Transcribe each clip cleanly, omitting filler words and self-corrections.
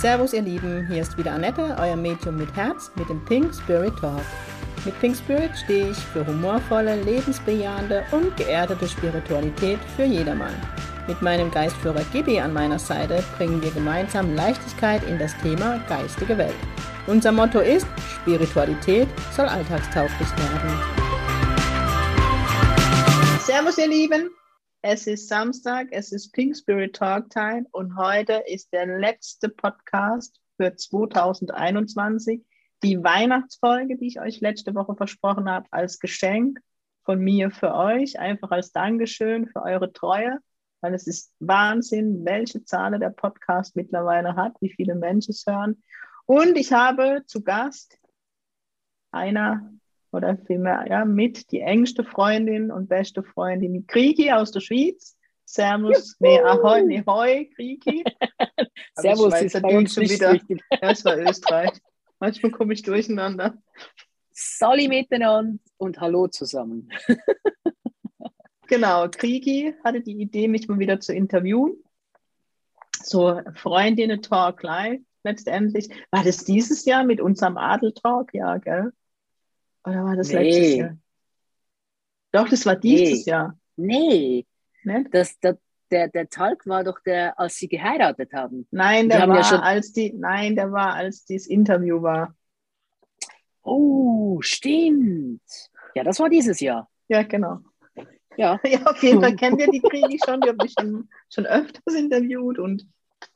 Servus ihr Lieben, hier ist wieder Annette, euer Medium mit Herz mit dem Pink Spirit Talk. Mit Pink Spirit stehe ich für humorvolle, lebensbejahende und geerdete Spiritualität für jedermann. Mit meinem Geistführer Gibi an meiner Seite bringen wir gemeinsam Leichtigkeit in das Thema geistige Welt. Unser Motto ist, Spiritualität soll alltagstauglich werden. Servus ihr Lieben, es ist Samstag, es ist Pink Spirit Talk Time und heute ist der letzte Podcast für 2021. Die Weihnachtsfolge, die ich euch letzte Woche versprochen habe, als Geschenk von mir für euch, einfach als Dankeschön für eure Treue, weil es ist Wahnsinn, welche Zahlen der Podcast mittlerweile hat, wie viele Menschen es hören. Und ich habe zu Gast einer oder vielmehr mit die engste Freundin und beste Freundin, die Kriki aus der Schweiz. Servus, hoi, Kriki. Servus, ist bei uns nicht wieder. richtig. Ja, es war Österreich. Manchmal komme ich durcheinander. Sali miteinander und hallo zusammen. Genau, Kriki hatte die Idee, mich mal wieder zu interviewen. So Freundinnen-Talk live letztendlich. War das dieses Jahr mit unserem Adel-Talk? Ja, gell? Oder war das letztes Jahr? Doch, das war dieses Jahr. Nee. Der Talk war doch der, als sie geheiratet haben. Nein, der war, als dieses Interview war. Oh, stimmt. Ja, das war dieses Jahr. Ja, genau. Ja, ja, auf jeden Fall kennt ihr die Kriki schon. Die habe ich schon öfters interviewt und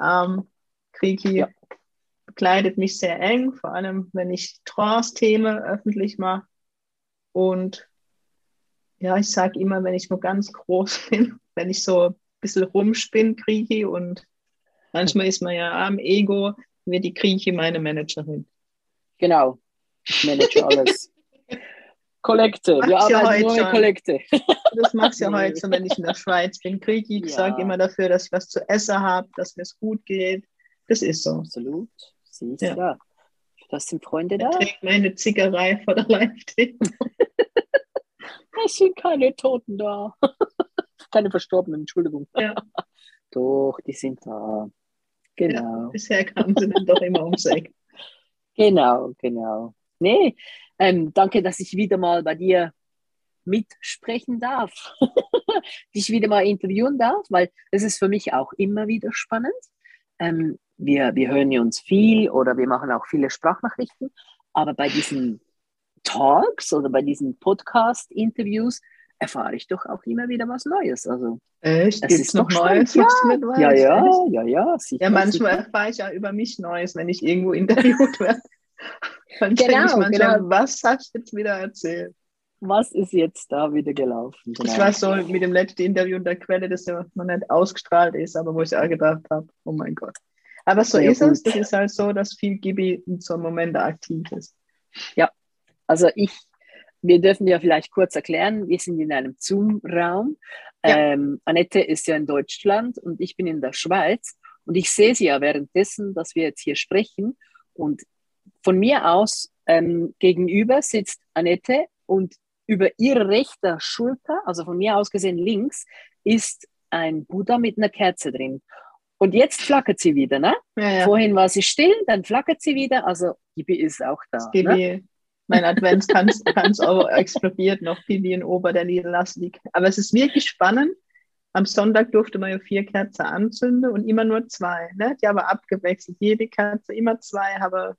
Kriki begleitet mich sehr eng, vor allem wenn ich Trance-Themen öffentlich mache. Und ja, ich sage immer, wenn ich nur ganz groß bin, wenn ich so ein bisschen rumspinne, Kriki, und manchmal ist man ja am Ego, wird die Kriki meine Managerin. Genau, ich manage alles. Kollekte, wir arbeiten nur mit Kollekte. Das machst du ja heute so, wenn ich in der Schweiz bin. Kriki, ich sage immer dafür, dass ich was zu essen habe, dass mir es gut geht. Das ist so. Absolut, siehst du da. Das sind Freunde da. Ich trinke meine Zickerei vor der Live-Demo. Es sind keine Toten da. Keine Verstorbenen, Entschuldigung. Ja. Doch, die sind da. Genau. Ja, bisher kamen sie dann doch immer ums Eck. Genau. Nee, danke, dass ich wieder mal bei dir mitsprechen darf. Dich wieder mal interviewen darf, weil es ist für mich auch immer wieder spannend. Wir hören ja uns viel oder wir machen auch viele Sprachnachrichten, aber bei diesen Talks oder bei diesen Podcast-Interviews erfahre ich doch auch immer wieder was Neues. Also, echt? Gibt es noch Neues, was du mit weißt? Ja, sicher. Ja, manchmal erfahre ich ja über mich Neues, wenn ich irgendwo interviewt werde. Dann denke ich manchmal, was hast du jetzt wieder erzählt? Was ist jetzt da wieder gelaufen? Genau. Ich weiß so, mit dem letzten Interview in der Quelle, das ja noch nicht ausgestrahlt ist, aber wo ich auch gedacht habe, oh mein Gott. Aber so ist es. Das ist halt so, dass viel Gibi in so einem Moment aktiv ist. Ja, also wir dürfen ja vielleicht kurz erklären, wir sind in einem Zoom-Raum. Ja. Annette ist ja in Deutschland und ich bin in der Schweiz. Und ich sehe sie ja währenddessen, dass wir jetzt hier sprechen. Und von mir aus gegenüber sitzt Annette und über ihre rechte Schulter, also von mir aus gesehen links, ist ein Buddha mit einer Kerze drin. Und jetzt flackert sie wieder, ne? Ja. Vorhin war sie still, dann flackert sie wieder. Also Gibi ist auch da. Gibi, ne? Mein Adventskranz explodiert noch, Gibi in Ober der Niederlassung. Aber es ist wirklich spannend. Am Sonntag durfte man ja 4 Kerzen anzünden und immer nur 2. Ne? Die aber abgewechselt. Jede Kerze, immer 2. Aber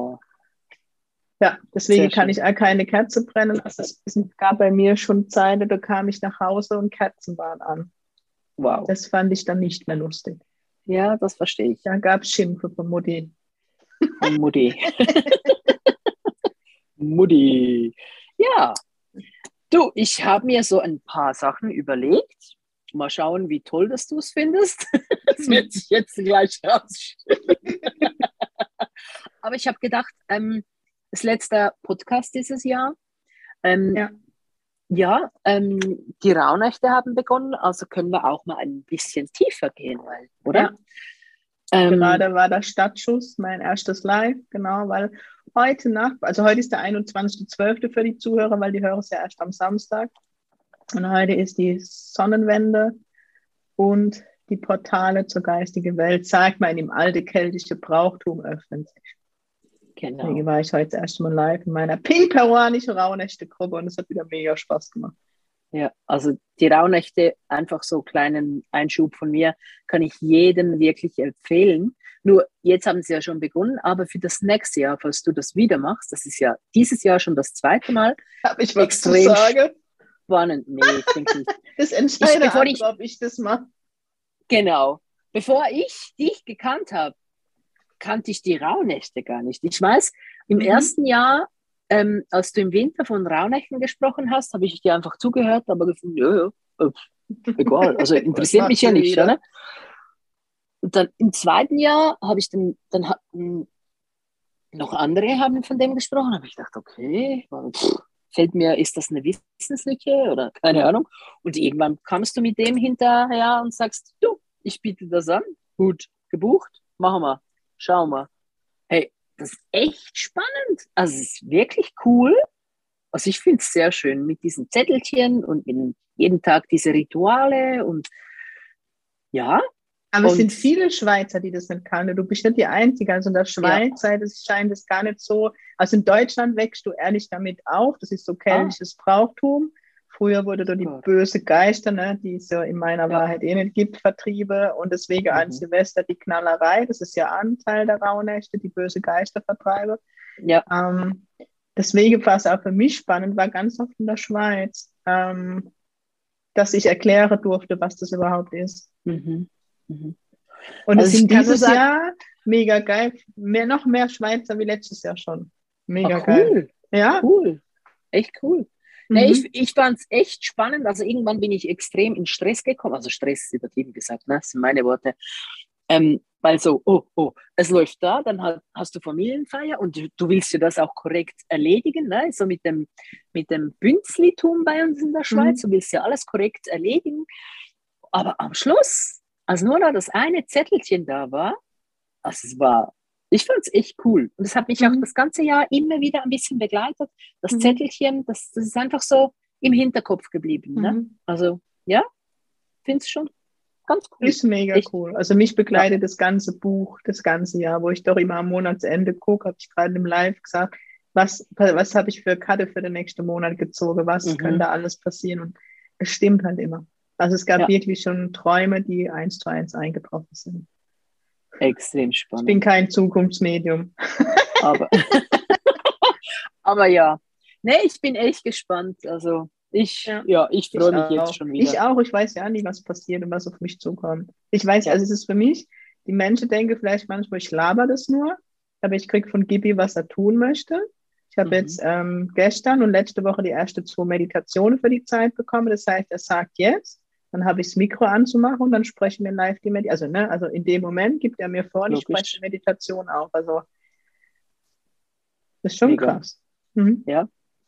ja, deswegen kann ich auch keine Kerze brennen. Also es gab bei mir schon Zeiten, da kam ich nach Hause und Kerzen waren an. Wow. Das fand ich dann nicht mehr lustig. Ja, das verstehe ich. Da gab es Schimpfe von Mutti. Von Mutti. Mutti. Ja. Du, ich habe mir so ein paar Sachen überlegt. Mal schauen, wie toll dass du es findest. Das wird sich jetzt gleich rausstellen. Aber ich habe gedacht, das letzte Podcast dieses Jahr. Die Rauhnächte haben begonnen, also können wir auch mal ein bisschen tiefer gehen, oder? Ja. Gerade war der Startschuss, mein erstes Live, genau, weil heute ist der 21.12. für die Zuhörer, weil die hören es ja erst am Samstag. Und heute ist die Sonnenwende und die Portale zur geistigen Welt, zeigt man, im alte keltische Brauchtum öffnen sich. Genau. Deswegen war ich heute erst mal live in meiner pink-peruanischen Rauhnächte-Gruppe und es hat wieder mega Spaß gemacht. Ja, also die Rauhnächte, einfach so kleinen Einschub von mir, kann ich jedem wirklich empfehlen. Nur jetzt haben sie ja schon begonnen, aber für das nächste Jahr, falls du das wieder machst, das ist ja dieses Jahr schon das zweite Mal. Habe ich was zu sagen? Spannend. Nee, ich denke nicht. Das entscheidet, ob ich das mache. Genau. Bevor ich dich gekannt habe, kannte ich die Rauhnächte gar nicht. Ich weiß, im ersten Jahr, als du im Winter von Rauhnächten gesprochen hast, habe ich dir einfach zugehört, aber gefunden, egal, also interessiert mich ja nicht. Oder? Und dann im zweiten Jahr habe ich dann noch andere haben von dem gesprochen, habe ich gedacht, okay, fällt mir, ist das eine Wissenslücke oder keine Ahnung. Und irgendwann kamst du mit dem hinterher und sagst, du, ich biete das an, gut, gebucht, machen wir, schauen wir. Hey, das ist echt spannend. Also es ist wirklich cool. Also ich finde es sehr schön mit diesen Zettelchen und mit jeden Tag diese Rituale und ja. Aber es sind viele Schweizer, die das nicht kannten. Du bist nicht die Einzige. Also in der Schweiz scheint es gar nicht so. Also in Deutschland wächst du ehrlich damit auf. Das ist so keltisches Brauchtum. Früher wurde da die böse Geister, ne, die es ja in meiner Wahrheit eh nicht gibt, vertrieben. Und deswegen an Silvester die Knallerei. Das ist ja Anteil der Rauhnächte, die böse Geister vertreiben. Ja. Deswegen war es auch für mich spannend, war ganz oft in der Schweiz, dass ich erklären durfte, was das überhaupt ist. Und also es sind dieses Jahr mega geil. Noch mehr Schweizer wie letztes Jahr schon. Mega geil. Ja, cool. Echt cool. Nee, ich fand es echt spannend. Also irgendwann bin ich extrem in Stress gekommen. Also Stress ist übertrieben gesagt, ne? Das sind meine Worte. Weil so, es läuft da, dann hast du Familienfeier und du willst ja das auch korrekt erledigen, ne? So mit dem Bünzlitum bei uns in der Schweiz, du willst ja alles korrekt erledigen. Aber am Schluss, als nur noch das eine Zettelchen da war, also ich fand es echt cool. Und es hat mich auch das ganze Jahr immer wieder ein bisschen begleitet. Das Zettelchen, das ist einfach so im Hinterkopf geblieben. Ne? Also, ja, finde es schon ganz cool. Ist mega echt cool. Also mich begleitet das ganze Buch, das ganze Jahr, wo ich doch immer am Monatsende gucke, habe ich gerade im Live gesagt, was habe ich für Karte für den nächsten Monat gezogen, was könnte alles passieren. Und es stimmt halt immer. Also es gab wirklich schon Träume, die 1:1 eingetroffen sind. Extrem spannend. Ich bin kein Zukunftsmedium. Aber ja. Nee, ich bin echt gespannt. Also ich freue mich jetzt schon wieder. Ich auch. Ich weiß ja nie, was passiert und was auf mich zukommt. Ich weiß, also es ist für mich, die Menschen denken vielleicht manchmal, ich laber das nur, aber ich kriege von Gibi, was er tun möchte. Ich habe jetzt gestern und letzte Woche die ersten 2 Meditationen für die Zeit bekommen. Das heißt, er sagt jetzt, dann habe ich das Mikro anzumachen und dann sprechen wir live die Meditation. Also in dem Moment gibt er mir vor, ich spreche die Meditation auf. Also das ist schon krass. Ja.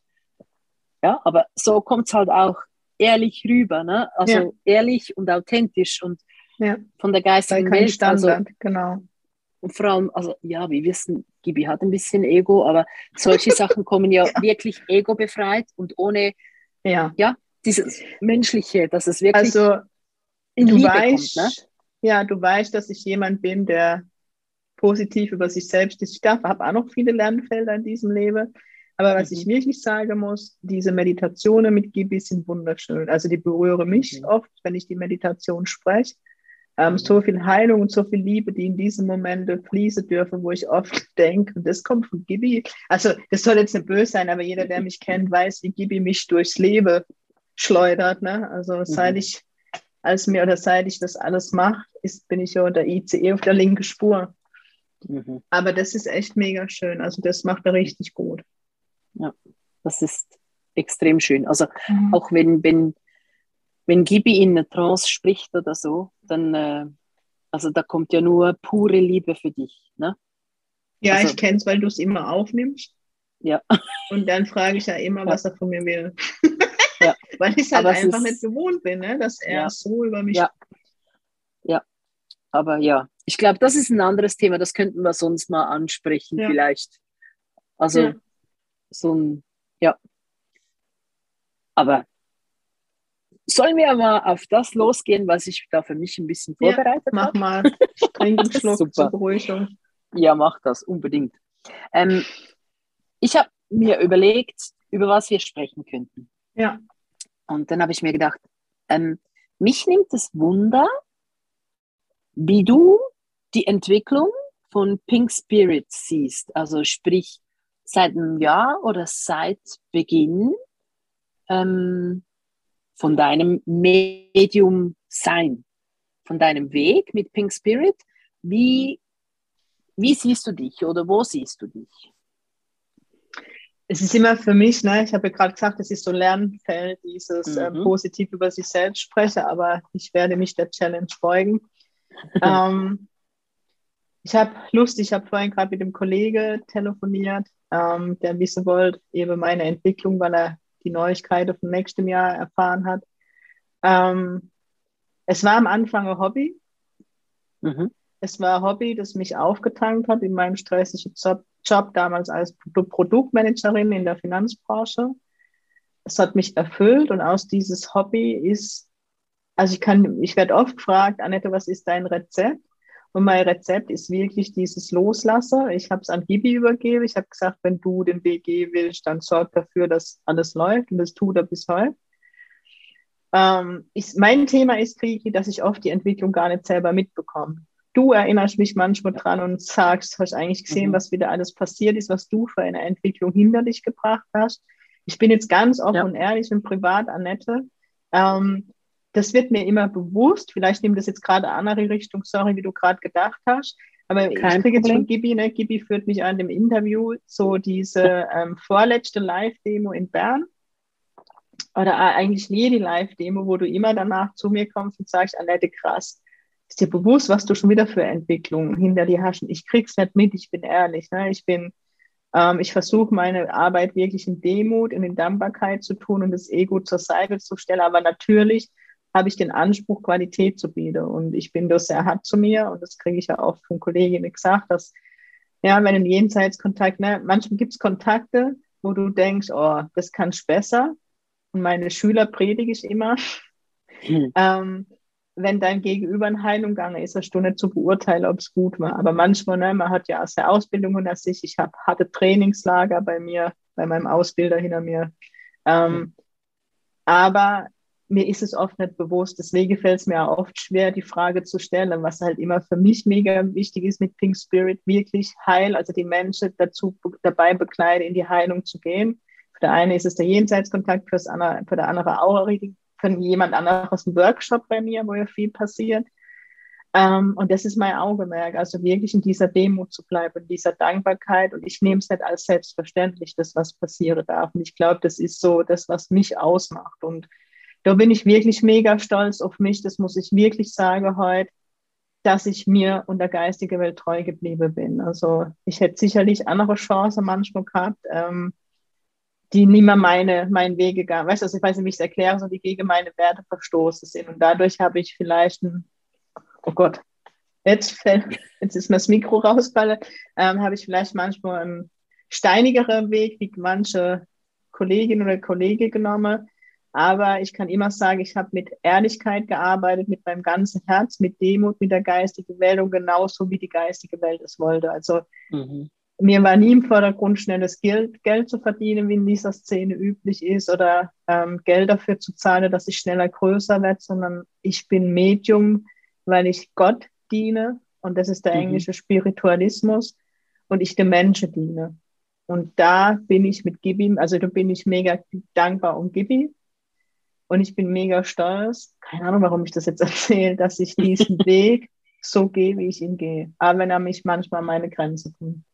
Ja, aber so kommt es halt auch ehrlich rüber, ne? Also ehrlich und authentisch und von der geistigen Welt. Standard, also, genau. Und vor allem, also ja, wir wissen, Gibi hat ein bisschen Ego, aber solche Sachen kommen ja wirklich ego-befreit und ohne dieses Menschliche, dass es wirklich in Liebe kommt. Ne? Ja, du weißt, dass ich jemand bin, der positiv über sich selbst ist. Ich habe auch noch viele Lernfelder in diesem Leben. Aber was ich wirklich sagen muss, diese Meditationen mit Gibi sind wunderschön. Also die berühren mich oft, wenn ich die Meditation spreche. So viel Heilung und so viel Liebe, die in diesen Momenten fließen dürfen, wo ich oft denke, und das kommt von Gibi. Also das soll jetzt nicht böse sein, aber jeder, der mich kennt, weiß, wie Gibi mich durchs Leben schleudert. Ne? Also seit ich das alles mache, bin ich ja der ICE auf der linken Spur. Aber das ist echt mega schön. Also das macht er richtig gut. Ja, das ist extrem schön. Also auch wenn Gibi in eine Trance spricht oder so, dann, also da kommt ja nur pure Liebe für dich. Ne? Ja, also, ich kenne es, weil du es immer aufnimmst. Ja. Und dann frage ich ja immer, was er von mir will. Ja. Weil ich es halt einfach nicht gewohnt bin, ne? Dass er so über mich spricht. Ja, aber ja, ich glaube, das ist ein anderes Thema, das könnten wir sonst mal ansprechen vielleicht. Also so ein, aber sollen wir mal auf das losgehen, was ich da für mich ein bisschen vorbereitet habe? Mach mal. Ich trinke einen Schluck Super. zur Beruhigung. Ja, mach das, unbedingt. Ich habe mir überlegt, über was wir sprechen könnten. Ja. Und dann habe ich mir gedacht, mich nimmt es Wunder, wie du die Entwicklung von Pink Spirit siehst. Also sprich, seit einem Jahr oder seit Beginn von deinem Medium-Sein, von deinem Weg mit Pink Spirit. Wie siehst du dich oder wo siehst du dich? Es ist immer für mich, ne, ich habe ja gerade gesagt, es ist so ein Lernfeld, dieses positiv über sich selbst spreche, aber ich werde mich der Challenge beugen. Ich habe vorhin gerade mit dem Kollegen telefoniert, der wissen wollte, eben meine Entwicklung, weil er die Neuigkeiten von nächstem Jahr erfahren hat. Es war am Anfang ein Hobby. Es war ein Hobby, das mich aufgetankt hat in meinem stressigen Job damals als Produktmanagerin in der Finanzbranche. Es hat mich erfüllt und aus dieses Hobby ist, also ich werde oft gefragt, Annette, was ist dein Rezept? Und mein Rezept ist wirklich dieses Loslassen. Ich habe es an Gibi übergeben. Ich habe gesagt, wenn du den Weg gehen willst, dann sorg dafür, dass alles läuft. Und das tut er bis heute. Mein Thema ist, Kiki, dass ich oft die Entwicklung gar nicht selber mitbekomme. Du erinnerst mich manchmal dran und sagst, hast eigentlich gesehen, was wieder alles passiert ist, was du für eine Entwicklung hinter dich gebracht hast. Ich bin jetzt ganz offen und ehrlich und privat, Annette. Das wird mir immer bewusst. Vielleicht nimmt das jetzt gerade eine andere Richtung, sorry, wie du gerade gedacht hast. Aber ich kriege jetzt von Gibi, ne? Gibi führt mich an dem Interview, so diese vorletzte Live-Demo in Bern. Oder eigentlich nie die Live-Demo, wo du immer danach zu mir kommst und sagst, Annette, krass, ist dir bewusst, was du schon wieder für Entwicklungen hinter dir hast? Ich krieg's nicht mit, ich bin ehrlich. Ne? Ich versuche meine Arbeit wirklich in Demut und in Dankbarkeit zu tun und das Ego zur Seite zu stellen. Aber natürlich habe ich den Anspruch, Qualität zu bieten. Und ich bin da sehr hart zu mir und das kriege ich ja oft von Kolleginnen gesagt, dass, ja, wenn ein Jenseitskontakt, ne, manchmal gibt es Kontakte, wo du denkst, oh, das kannst du besser. Und meine Schüler predige ich immer. Wenn dein Gegenüber in Heilung gegangen ist, hast du nicht zu beurteilen, ob es gut war. Aber manchmal, ne, man hat ja aus der Ausbildung hinter sich, ich hatte Trainingslager bei meinem Ausbilder hinter mir. Aber mir ist es oft nicht bewusst. Deswegen fällt es mir auch oft schwer, die Frage zu stellen, was halt immer für mich mega wichtig ist mit Pink Spirit, wirklich also die Menschen dabei begleiten, in die Heilung zu gehen. Für der eine ist es der Jenseitskontakt, für der andere Aura-Reading, für jemand anderes ein Workshop bei mir, wo ja viel passiert. Und das ist mein Augenmerk, also wirklich in dieser Demut zu bleiben, in dieser Dankbarkeit. Und ich nehme es nicht als selbstverständlich, das, was passieren darf. Und ich glaube, das ist so das, was mich ausmacht. Und da bin ich wirklich mega stolz auf mich. Das muss ich wirklich sagen heute, dass ich mir und der geistigen Welt treu geblieben bin. Also ich hätte sicherlich andere Chancen manchmal gehabt, die nicht mehr meinen Weg gegangen. Weißt du, also ich weiß nicht, wie ich es erkläre, so die gegen meine Werte verstoßen sind. Und dadurch habe ich vielleicht oh Gott, jetzt ist mir das Mikro rausgefallen, habe ich vielleicht manchmal einen steinigeren Weg, wie manche Kollegin oder Kollege genommen. Aber ich kann immer sagen, ich habe mit Ehrlichkeit gearbeitet, mit meinem ganzen Herz, mit Demut, mit der geistigen Welt und genauso, wie die geistige Welt es wollte. Also mir war nie im Vordergrund, schnelles Geld zu verdienen, wie in dieser Szene üblich ist, oder Geld dafür zu zahlen, dass ich schneller größer werde, sondern ich bin Medium, weil ich Gott diene, und das ist der englische Spiritualismus, und ich dem Menschen diene. Und da bin ich mit Gibi, also da bin ich mega dankbar um Gibi. Und ich bin mega stolz, keine Ahnung, warum ich das jetzt erzähle, dass ich diesen Weg so gehe, wie ich ihn gehe. Aber wenn er mich manchmal an meine Grenze bringt.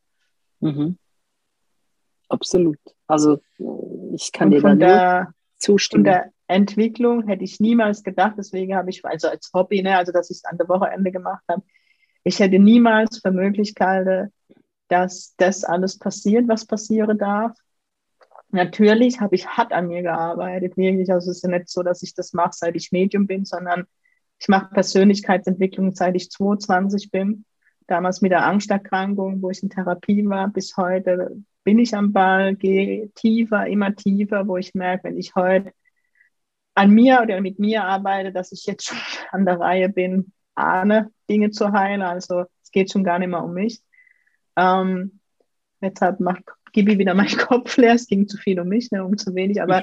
Absolut. Also ich kann dir da nur zustimmen. Von der Entwicklung hätte ich niemals gedacht, deswegen habe ich, also als Hobby, ne, also dass ich es an der Wochenende gemacht habe, ich hätte niemals für möglich gehalten, dass das alles passiert, was passieren darf. Natürlich habe ich hart an mir gearbeitet, wirklich. Also es ist ja nicht so, dass ich das mache, seit ich Medium bin, sondern ich mache Persönlichkeitsentwicklung, seit ich 22 bin. Damals mit der Angsterkrankung, wo ich in Therapie war, bis heute bin ich am Ball, gehe tiefer, immer tiefer, wo ich merke, wenn ich heute an mir oder mit mir arbeite, dass ich jetzt schon an der Reihe bin, Dinge zu heilen. Also es geht schon gar nicht mehr um mich. Deshalb macht Gibi wieder meinen Kopf leer. Es ging zu viel um mich, ne, um zu wenig. Aber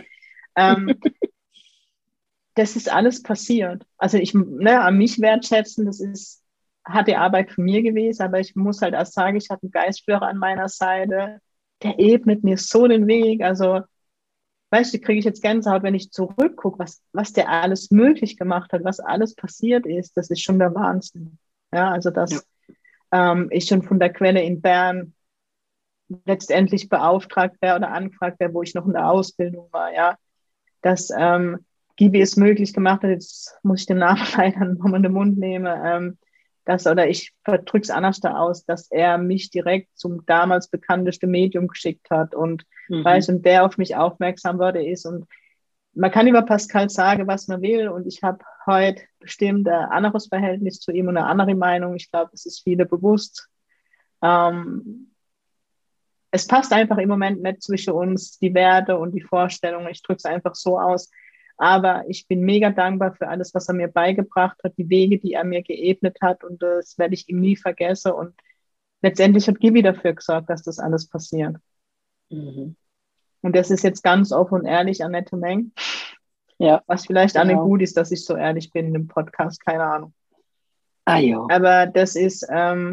das ist alles passiert. Also ich, ne, an mich wertschätzen, das ist harte Arbeit von mir gewesen, aber ich muss halt auch sagen, ich habe einen Geistführer an meiner Seite, der ebnet mir so den Weg. Also, weißt du, kriege ich jetzt Gänsehaut, wenn ich zurückgucke, was der alles möglich gemacht hat, was alles passiert ist. Das ist schon der Wahnsinn. Ja, also dass ich schon von der Quelle in Bern letztendlich beauftragt wäre oder angefragt wäre, wo ich noch in der Ausbildung war, ja, dass Gibi es möglich gemacht hat, jetzt muss ich den Namen leider nochmal in den Mund nehmen, oder ich drücke es anders da aus, dass er mich direkt zum damals bekanntesten Medium geschickt hat und und der auf mich aufmerksam wurde ist. Und man kann über Pascal sagen, was man will, und ich habe heute bestimmt ein anderes Verhältnis zu ihm und eine andere Meinung. Ich glaube, es ist viele bewusst. Es passt einfach im Moment nicht zwischen uns, die Werte und die Vorstellungen. Ich drücke es einfach so aus. Aber ich bin mega dankbar für alles, was er mir beigebracht hat, die Wege, die er mir geebnet hat. Und das werde ich ihm nie vergessen. Und letztendlich hat Gibi dafür gesorgt, dass das alles passiert. Und das ist jetzt ganz offen und ehrlich, Annette Meng. Ja, was vielleicht auch nicht gut ist, dass ich so ehrlich bin im Podcast, keine Ahnung. Aber das ist,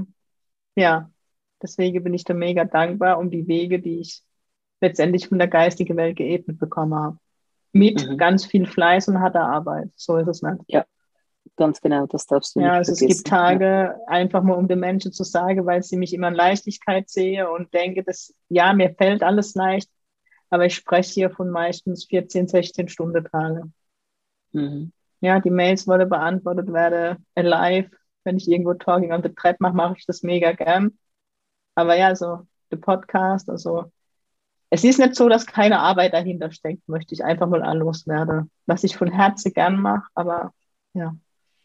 deswegen bin ich da mega dankbar um die Wege, die ich letztendlich von der geistigen Welt geebnet bekommen habe. Mit ganz viel Fleiß und harter Arbeit. So ist es nicht. Ja, ganz genau, das darfst du nicht vergessen. Es gibt Tage, einfach mal um den Menschen zu sagen, weil sie mich immer in Leichtigkeit sehe und denke, mir fällt alles leicht, aber ich spreche hier von meistens 14, 16 Stunden Tage. Ja, die Mails wollen beantwortet werden, live. Wenn ich irgendwo Talking on the Treppe mache ich das mega gern. Aber ja, so der Podcast, also es ist nicht so, dass keine Arbeit dahinter steckt, möchte ich einfach mal loswerden. Was ich von Herzen gern mache, aber ja.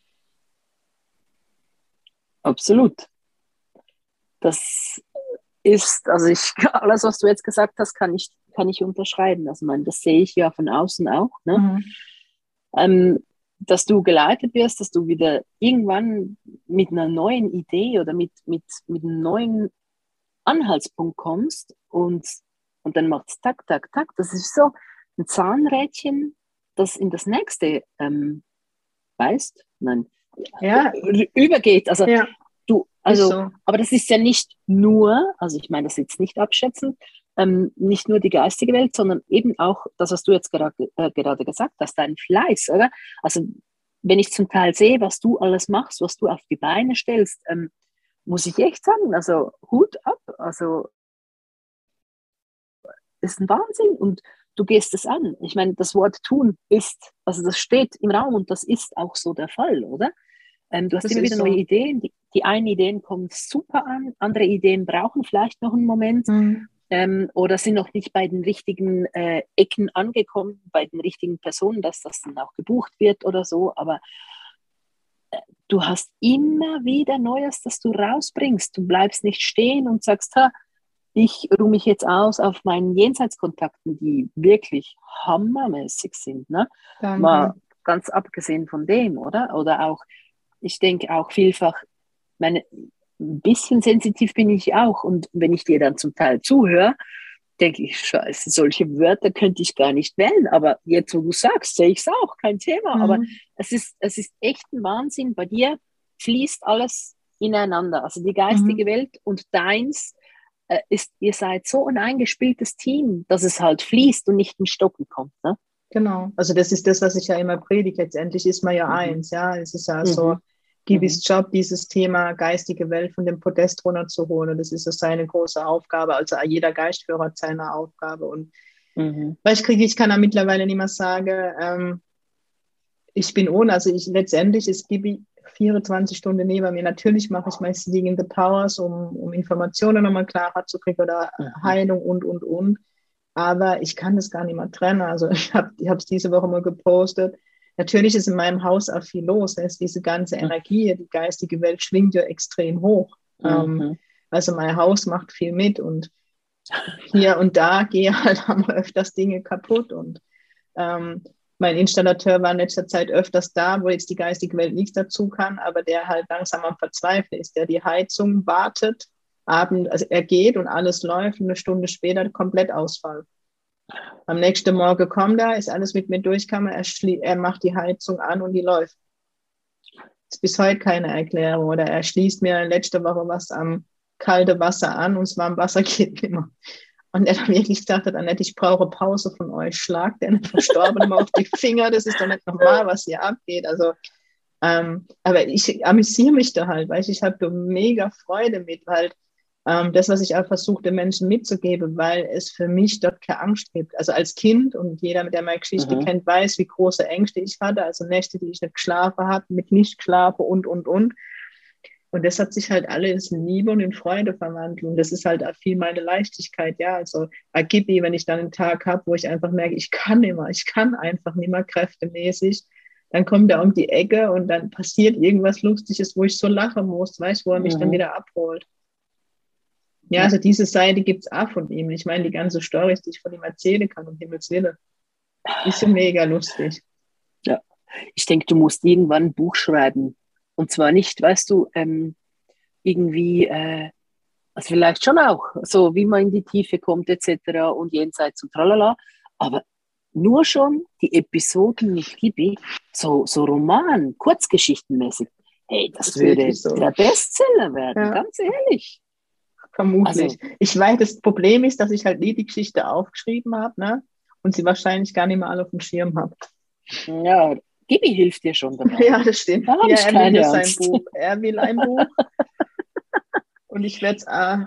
Absolut. Das ist, also alles, was du jetzt gesagt hast, kann ich unterschreiben. Also, das sehe ich ja von außen auch. Ne? Dass du geleitet wirst, dass du wieder irgendwann mit einer neuen Idee oder mit einem neuen Anhaltspunkt kommst und dann macht es tak, tak, tak. Das ist so ein Zahnrädchen, das in das nächste übergeht. Also so. Aber das ist ja nicht nur, also ich meine das jetzt nicht abschätzend, nicht nur die geistige Welt, sondern eben auch das, was du jetzt gerade gesagt hast, dein Fleiß, oder? Also wenn ich zum Teil sehe, was du alles machst, was du auf die Beine stellst, muss ich echt sagen, also Hut ab, also ist ein Wahnsinn und du gehst es an. Ich meine, das Wort tun ist, also das steht im Raum und das ist auch so der Fall, oder? Du hast immer wieder neue Ideen, die einen Ideen kommen super an, andere Ideen brauchen vielleicht noch einen Moment oder sind noch nicht bei den richtigen Ecken angekommen, bei den richtigen Personen, dass das dann auch gebucht wird oder so, aber du hast immer wieder Neues, das du rausbringst. Du bleibst nicht stehen und sagst, ich ruhe mich jetzt aus auf meinen Jenseitskontakten, die wirklich hammermäßig sind. Ne? Mal ganz abgesehen von dem, oder? Oder auch, ich denke auch vielfach, ein bisschen sensitiv bin ich auch. Und wenn ich dir dann zum Teil zuhöre, denke ich, scheiße, solche Wörter könnte ich gar nicht wählen. Aber jetzt, wo du sagst, sehe ich es auch, kein Thema. Aber es ist echt ein Wahnsinn. Bei dir fließt alles ineinander. Also die geistige Welt und deins ihr seid so ein eingespieltes Team, dass es halt fließt und nicht in Stocken kommt. Ne? Genau. Also das ist das, was ich ja immer predige. Letztendlich ist man ja eins. Ja, es ist ja so, Gibis Job, dieses Thema geistige Welt von dem Podest runterzuholen. Das ist so seine große Aufgabe. Also jeder Geistführer hat seine Aufgabe. Und ich kann ja mittlerweile nicht mehr sagen, ich bin ohne, also letztendlich ist Gibi 24 Stunden neben mir. Natürlich mache ich meistens Dinge in the Powers, um Informationen nochmal klarer zu kriegen oder Heilung und. Aber ich kann das gar nicht mehr trennen. Also ich habe es diese Woche mal gepostet. Natürlich ist in meinem Haus auch viel los. Da ist diese ganze Energie, die geistige Welt schwingt ja extrem hoch. Also mein Haus macht viel mit und hier und da gehe halt einmal öfters Dinge kaputt und Mein Installateur war in letzter Zeit öfters da, wo jetzt die geistige Welt nichts dazu kann, aber der halt langsam am Verzweifeln ist, der die Heizung wartet, Abend, also er geht und alles läuft und eine Stunde später komplett Ausfall. Am nächsten Morgen kommt er, ist alles mit mir durchgekommen, er macht die Heizung an und die läuft. Ist bis heute keine Erklärung. Oder er schließt mir letzte Woche was am kalten Wasser an und das warme Wasser geht immer. Und er dann wirklich gesagt hat, Annette, ich brauche Pause von euch. Schlag den Verstorbenen mal auf die Finger, das ist doch nicht normal, was hier abgeht. Also, aber ich amüsiere mich da halt, weil ich habe da mega Freude mit, weil das, was ich auch versuche, den Menschen mitzugeben, weil es für mich dort keine Angst gibt. Also als Kind, und jeder, der meine Geschichte kennt, weiß, wie große Ängste ich hatte, also Nächte, die ich nicht geschlafen habe, mit nicht geschlafen und. Und das hat sich halt alles in Liebe und in Freude verwandelt. Und das ist halt auch viel meine Leichtigkeit, ja. Also Agibi, wenn ich dann einen Tag habe, wo ich einfach merke, ich kann einfach nicht mehr kräftemäßig, dann kommt er um die Ecke und dann passiert irgendwas Lustiges, wo ich so lachen muss, weißt du, wo er mich dann wieder abholt. Ja, also diese Seite gibt es auch von ihm. Ich meine, die ganze Storys, die ich von ihm erzählen kann, um Himmels Willen, ist ja mega lustig. Ja, ich denke, du musst irgendwann ein Buch schreiben. Und zwar nicht, weißt du, irgendwie, also vielleicht schon auch, so wie man in die Tiefe kommt etc. und jenseits und tralala, aber nur schon die Episoden mit Gibi, so Roman, Kurzgeschichtenmäßig, hey, das würde so der Bestseller werden, ganz ehrlich. Vermutlich. Also, ich weiß, das Problem ist, dass ich halt nie die Geschichte aufgeschrieben habe, ne? Und sie wahrscheinlich gar nicht mehr alle auf dem Schirm habe. Ja, Gibi hilft dir schon dabei. Ja, das stimmt. Da ja, er will ja sein Buch. Er will ein Buch. Und ich werde es,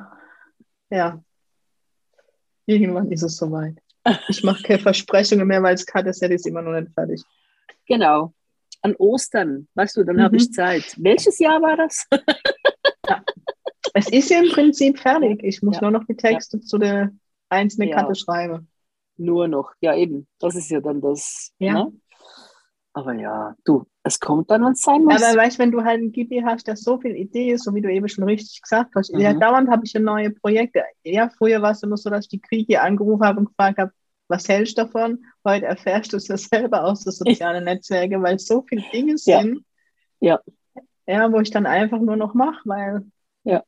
ja, irgendwann ist es soweit. Ich mache keine Versprechungen mehr, weil das Kartenset ist immer noch nicht fertig. Genau. An Ostern, weißt du, dann habe ich Zeit. Welches Jahr war das? Ja. Es ist ja im Prinzip fertig. Ich muss nur noch die Texte zu der einzelnen Karte schreiben. Nur noch, ja eben. Das ist ja dann das. Ja. Ne? Aber ja, du, es kommt dann, wenn es sein muss. Aber weißt du, wenn du halt einen Gibi hast, der so viel Idee ist, so wie du eben schon richtig gesagt hast, ja, dauernd habe ich ja neue Projekte. Ja, früher war es immer so, dass ich die Kriege angerufen habe und gefragt habe, was hältst du davon? Heute erfährst du es ja selber aus den sozialen Netzwerken, weil es so viele Dinge sind, ja, wo ich dann einfach nur noch mache, weil... Ja,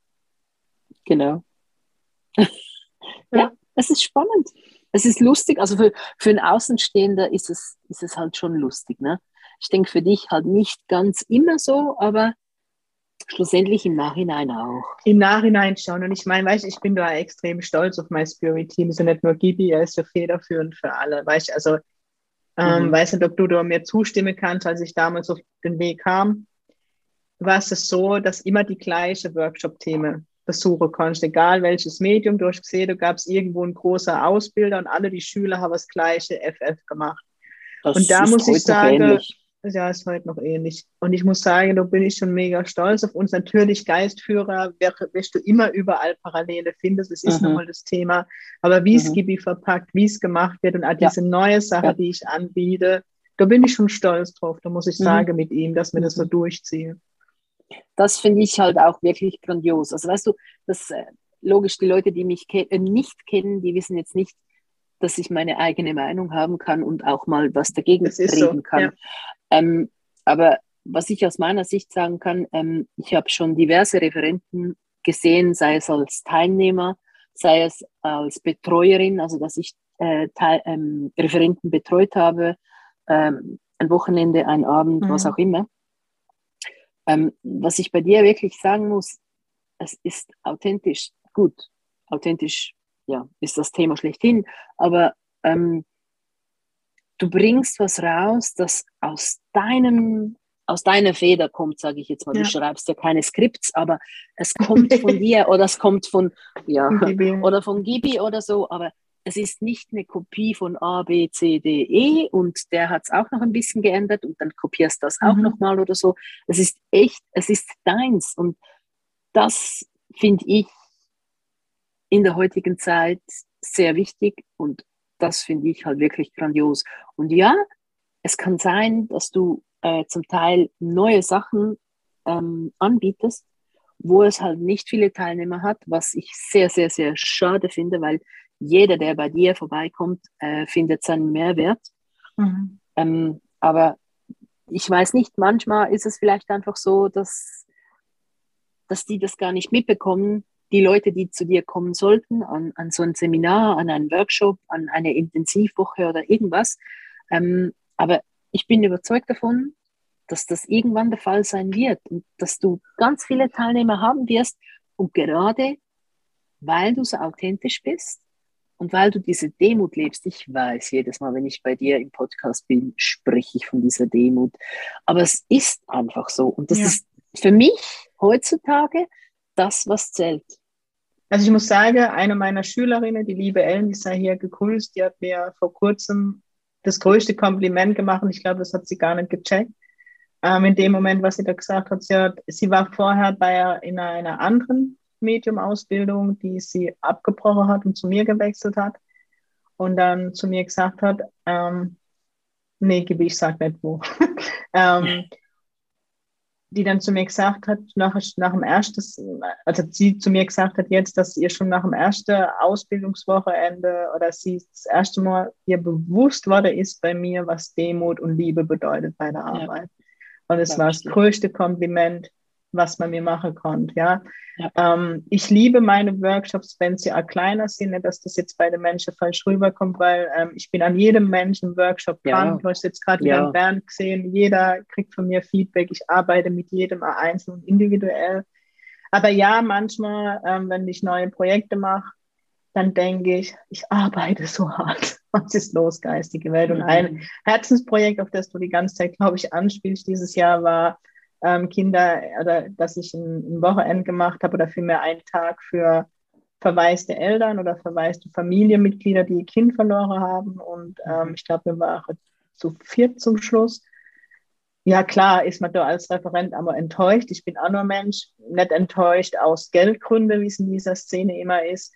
genau. Ja, es ist spannend. Es ist lustig, also für einen Außenstehender ist es halt schon lustig. Ne? Ich denke für dich halt nicht ganz immer so, aber schlussendlich im Nachhinein auch. Im Nachhinein schon. Und ich meine, weißt du, ich bin da extrem stolz auf mein Spirit-Team. Es ist ja nicht nur Gibi, er ist ja federführend für alle. Weißt du, also, weiß nicht, ob du da mir zustimmen kannst, als ich damals auf den Weg kam, war es so, dass immer die gleiche Workshop-Themen besuchen konntest, egal welches Medium du hast gesehen, da gab es irgendwo ein großer Ausbilder und alle die Schüler haben das gleiche FF gemacht. Das und da muss ich sagen, ja, ist heute noch ähnlich. Und ich muss sagen, da bin ich schon mega stolz auf uns. Natürlich Geistführer, wirst du immer überall Parallele findest, das ist nochmal das Thema. Aber wie es Gibi verpackt, wie es gemacht wird und auch diese neue Sache, die ich anbiete, da bin ich schon stolz drauf, da muss ich sagen mit ihm, dass wir das so durchziehen. Das finde ich halt auch wirklich grandios. Also weißt du, das logisch, die Leute, die mich nicht kennen, die wissen jetzt nicht, dass ich meine eigene Meinung haben kann und auch mal was dagegen reden kann. Ja. Aber was ich aus meiner Sicht sagen kann, ich habe schon diverse Referenten gesehen, sei es als Teilnehmer, sei es als Betreuerin, also dass ich Referenten betreut habe, ein Wochenende, ein Abend, was auch immer. Was ich bei dir wirklich sagen muss, es ist authentisch. Gut, authentisch, ja, ist das Thema schlechthin, aber du bringst was raus, das aus deiner Feder kommt, sage ich jetzt mal. Du schreibst ja keine Skripts, aber es kommt von dir oder es kommt von Gibi oder so, aber es ist nicht eine Kopie von A, B, C, D, E und der hat es auch noch ein bisschen geändert und dann kopierst du das auch nochmal oder so. Es ist echt, es ist deins und das finde ich in der heutigen Zeit sehr wichtig und das finde ich halt wirklich grandios. Und ja, es kann sein, dass du zum Teil neue Sachen anbietest, wo es halt nicht viele Teilnehmer hat, was ich sehr, sehr, sehr schade finde, weil jeder, der bei dir vorbeikommt, findet seinen Mehrwert. Aber ich weiß nicht, manchmal ist es vielleicht einfach so, dass die das gar nicht mitbekommen, die Leute, die zu dir kommen sollten, an so ein Seminar, an einen Workshop, an eine Intensivwoche oder irgendwas. Aber ich bin überzeugt davon, dass das irgendwann der Fall sein wird und dass du ganz viele Teilnehmer haben wirst und gerade weil du so authentisch bist und weil du diese Demut lebst. Ich weiß, jedes Mal, wenn ich bei dir im Podcast bin, spreche ich von dieser Demut. Aber es ist einfach so und das ist für mich heutzutage das, was zählt. Also ich muss sagen, eine meiner Schülerinnen, die liebe Ellen, die sei hier gegrüßt, die hat mir vor kurzem das größte Kompliment gemacht und ich glaube, das hat sie gar nicht gecheckt. In dem Moment, was sie da gesagt hat, sie war vorher in einer anderen Medium-Ausbildung, die sie abgebrochen hat und zu mir gewechselt hat und dann zu mir gesagt hat, nee, ich sag nicht wo, die dann zu mir gesagt hat, nach dem ersten, also sie zu mir gesagt hat jetzt, dass ihr schon nach dem ersten Ausbildungswochenende oder sie das erste Mal ihr bewusst worden ist bei mir, was Demut und Liebe bedeutet bei der Arbeit. Und es war das größte Kompliment, was man mir machen konnte. Ja. Ich liebe meine Workshops, wenn sie auch kleiner sind, nicht, dass das jetzt bei den Menschen falsch rüberkommt, weil ich bin an jedem Menschen Workshop dran. Du hast jetzt gerade wieder in Bern gesehen, jeder kriegt von mir Feedback. Ich arbeite mit jedem einzeln und individuell. Aber ja, manchmal, wenn ich neue Projekte mache, dann denke ich, ich arbeite so hart. Was ist los, geistige Welt? Und ein Herzensprojekt, auf das du die ganze Zeit, glaube ich, anspielst dieses Jahr, war Kinder, oder dass ich ein Wochenende gemacht habe oder vielmehr einen Tag für verwaiste Eltern oder verwaiste Familienmitglieder, die ihr Kind verloren haben. Und ich glaube, wir waren zu viert zum Schluss. Ja, klar ist man da als Referent aber enttäuscht. Ich bin auch nur Mensch, nicht enttäuscht aus Geldgründen, wie es in dieser Szene immer ist,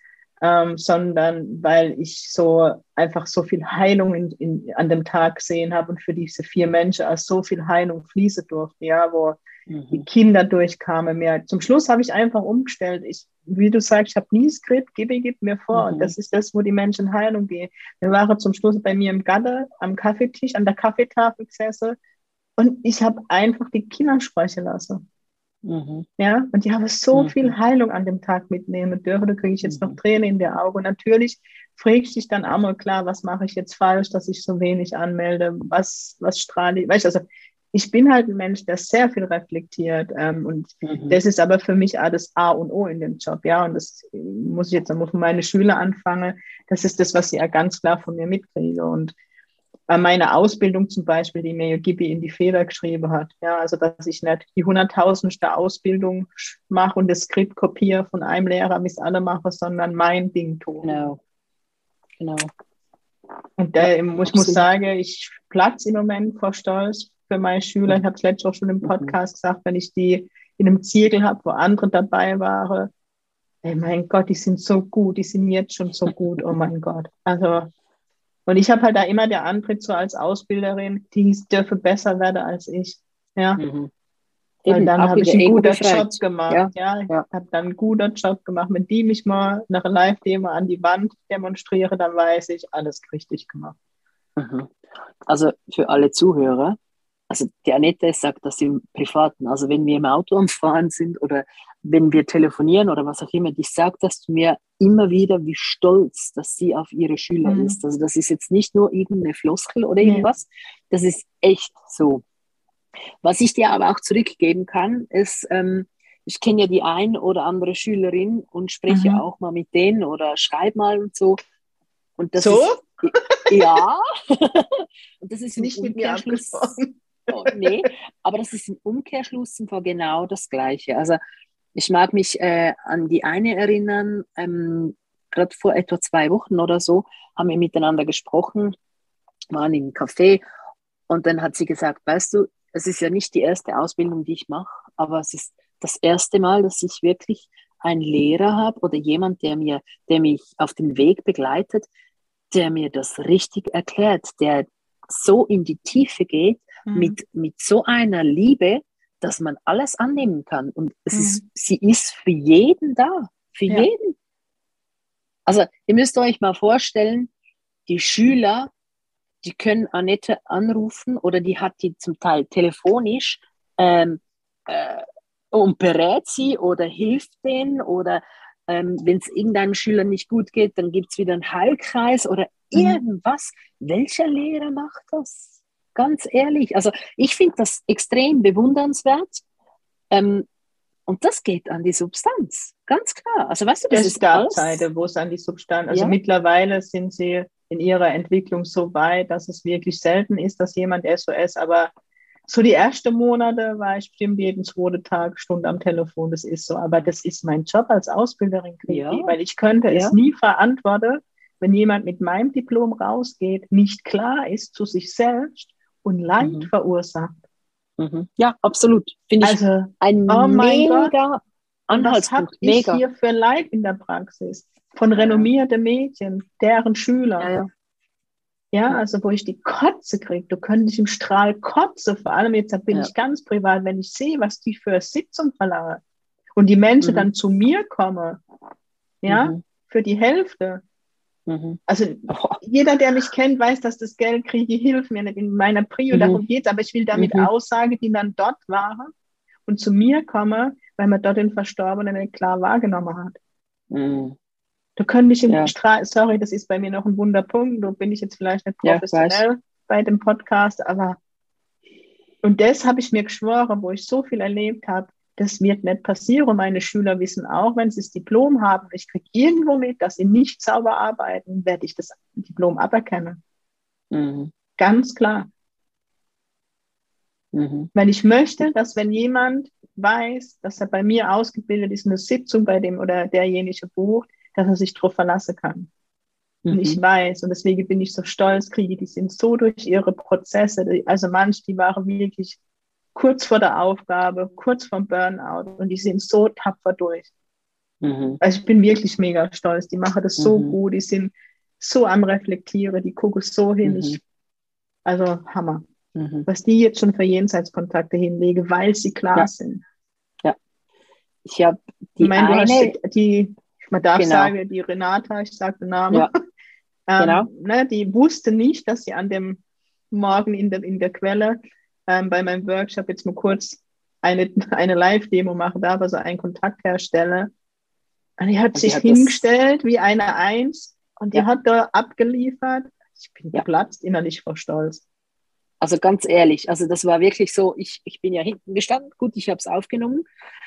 sondern weil ich so einfach so viel Heilung an dem Tag gesehen habe und für diese 4 Menschen als so viel Heilung fließen durfte, ja, wo die Kinder durchkamen. Zum Schluss habe ich einfach umgestellt. Wie du sagst, ich habe nie Skript, gib mir vor. Und das ist das, wo die Menschen Heilung gehen. Wir waren zum Schluss bei mir im Garten am Kaffeetisch, an der Kaffeetafel gesessen und ich habe einfach die Kinder sprechen lassen. Ja, und die haben so viel Heilung an dem Tag mitnehmen dürfen. Da kriege ich jetzt noch Tränen in der Augen. Und natürlich fragst du dich dann auch mal klar, was mache ich jetzt falsch, dass ich so wenig anmelde, was strahle ich. Weißt du, also ich bin halt ein Mensch, der sehr viel reflektiert. Und das ist aber für mich auch das A und O in dem Job. Ja, und das muss ich jetzt einmal von meinen Schülern anfangen. Das ist das, was sie ja ganz klar von mir mitkriege. Und meine Ausbildung zum Beispiel, die mir Gibi in die Feder geschrieben hat. Ja, also dass ich nicht die 100.000. Ausbildung mache und das Skript kopiere von einem Lehrer, wie es alle machen, sondern mein Ding tue. Genau. Und ich muss sagen, ich platze im Moment vor Stolz für meine Schüler. Ich habe es letztes auch schon im Podcast gesagt, wenn ich die in einem Zirkel habe, wo andere dabei waren. Ey, mein Gott, die sind so gut, die sind jetzt schon so gut, oh mein Gott. Also und ich habe halt da immer der Antritt so als Ausbilderin, die dürfe besser werden als ich. Ja. Weil dann habe ich einen guten Job gemacht. Ja. Ich habe dann einen guten Job gemacht. Wenn die mich mal nach einer Live-Demo an die Wand demonstriere, dann weiß ich, alles richtig gemacht. Also für alle Zuhörer, also die Annette sagt das im Privaten, also wenn wir im Auto am Fahren sind oder wenn wir telefonieren oder was auch immer, die sagt das zu mir immer wieder, wie stolz, dass sie auf ihre Schüler ist. Also das ist jetzt nicht nur irgendeine Floskel oder irgendwas, das ist echt so. Was ich dir aber auch zurückgeben kann, ist, ich kenne ja die ein oder andere Schülerin und spreche auch mal mit denen oder schreibe mal und so. Und das so? Ist, ja. Und das ist nicht mit mir abgesprochen. Oh, nee, aber das ist im Umkehrschluss genau das Gleiche. Also ich mag mich an die eine erinnern, gerade vor etwa 2 Wochen oder so, haben wir miteinander gesprochen, waren im Café und dann hat sie gesagt, weißt du, es ist ja nicht die erste Ausbildung, die ich mache, aber es ist das erste Mal, dass ich wirklich einen Lehrer habe oder jemand, der mich auf den Weg begleitet, der mir das richtig erklärt, der so in die Tiefe geht, mit so einer Liebe, dass man alles annehmen kann. Und sie ist für jeden da. Für jeden. Also ihr müsst euch mal vorstellen, die Schüler die können Annette anrufen oder die hat die zum Teil telefonisch und berät sie oder hilft denen oder wenn es irgendeinem Schüler nicht gut geht, dann gibt es wieder einen Heilkreis oder irgendwas. Welcher Lehrer macht das? Ganz ehrlich. Also ich finde das extrem bewundernswert. Und das geht an die Substanz, ganz klar. Also weißt du, das Es ist gab alles. Zeiten, wo es an die Substanz, also Ja. mittlerweile sind sie in ihrer Entwicklung so weit, dass es wirklich selten ist, dass jemand SOS, aber so die ersten Monate war ich bestimmt jeden zweiten Tag Stunde am Telefon, das ist so. Aber das ist mein Job als Ausbilderin, Ja. weil ich könnte es nie verantworten, wenn jemand mit meinem Diplom rausgeht, nicht klar ist zu sich selbst und Leid verursacht. Ja, absolut. Finde ich Also, ein oh mein Gott, mega was habe Anhaltspunkt. ich Mega. hier für Leid in der Praxis? Von renommierten Mädchen, deren Schüler. Ja, ja. Ja, also wo ich die Kotze kriege, du könntest im Strahl kotze, vor allem jetzt bin ich ganz privat, wenn ich sehe, was die für Sitzung verlangen und die Menschen dann zu mir kommen, ja, für die Hälfte. Also jeder, der mich kennt, weiß, dass das Geld kriege, hilft mir nicht in meiner Prio, darum geht es, aber ich will damit Aussagen, die dann dort waren und zu mir kommen, weil man dort den Verstorbenen nicht klar wahrgenommen hat. Du könntest im Strahl, sorry, das ist bei mir noch ein Wunderpunkt, da bin ich jetzt vielleicht nicht professionell bei dem Podcast, aber und das habe ich mir geschworen, wo ich so viel erlebt habe, das wird nicht passieren. Und meine Schüler wissen auch, wenn sie das Diplom haben, ich kriege irgendwo mit, dass sie nicht sauber arbeiten, werde ich das Diplom aberkennen. Ganz klar. Weil ich möchte, dass wenn jemand weiß, dass er bei mir ausgebildet ist, eine Sitzung bei dem oder derjenige bucht, dass er sich darauf verlassen kann. Und ich weiß, und deswegen bin ich so stolz, kriege, die sind so durch ihre Prozesse, also manche, die waren wirklich kurz vor der Aufgabe, kurz vorm Burnout und die sind so tapfer durch. Also ich bin wirklich mega stolz, die machen das so gut, die sind so am Reflektieren, die gucken so hin, also Hammer. Was die jetzt schon für Jenseitskontakte hinlegen, weil sie klar sind. Ja. Ich habe die man darf sagen, die Renata, ich sage den Namen, die wusste nicht, dass sie an dem Morgen in der Quelle bei meinem Workshop jetzt mal kurz eine Live-Demo machen darf, also einen Kontakt herstelle. Und die hat sich hingestellt wie eine Eins und die hat da abgeliefert. Ich bin geplatzt innerlich vor Stolz. Also ganz ehrlich, also das war wirklich so, ich bin ja hinten gestanden, gut, ich habe es aufgenommen.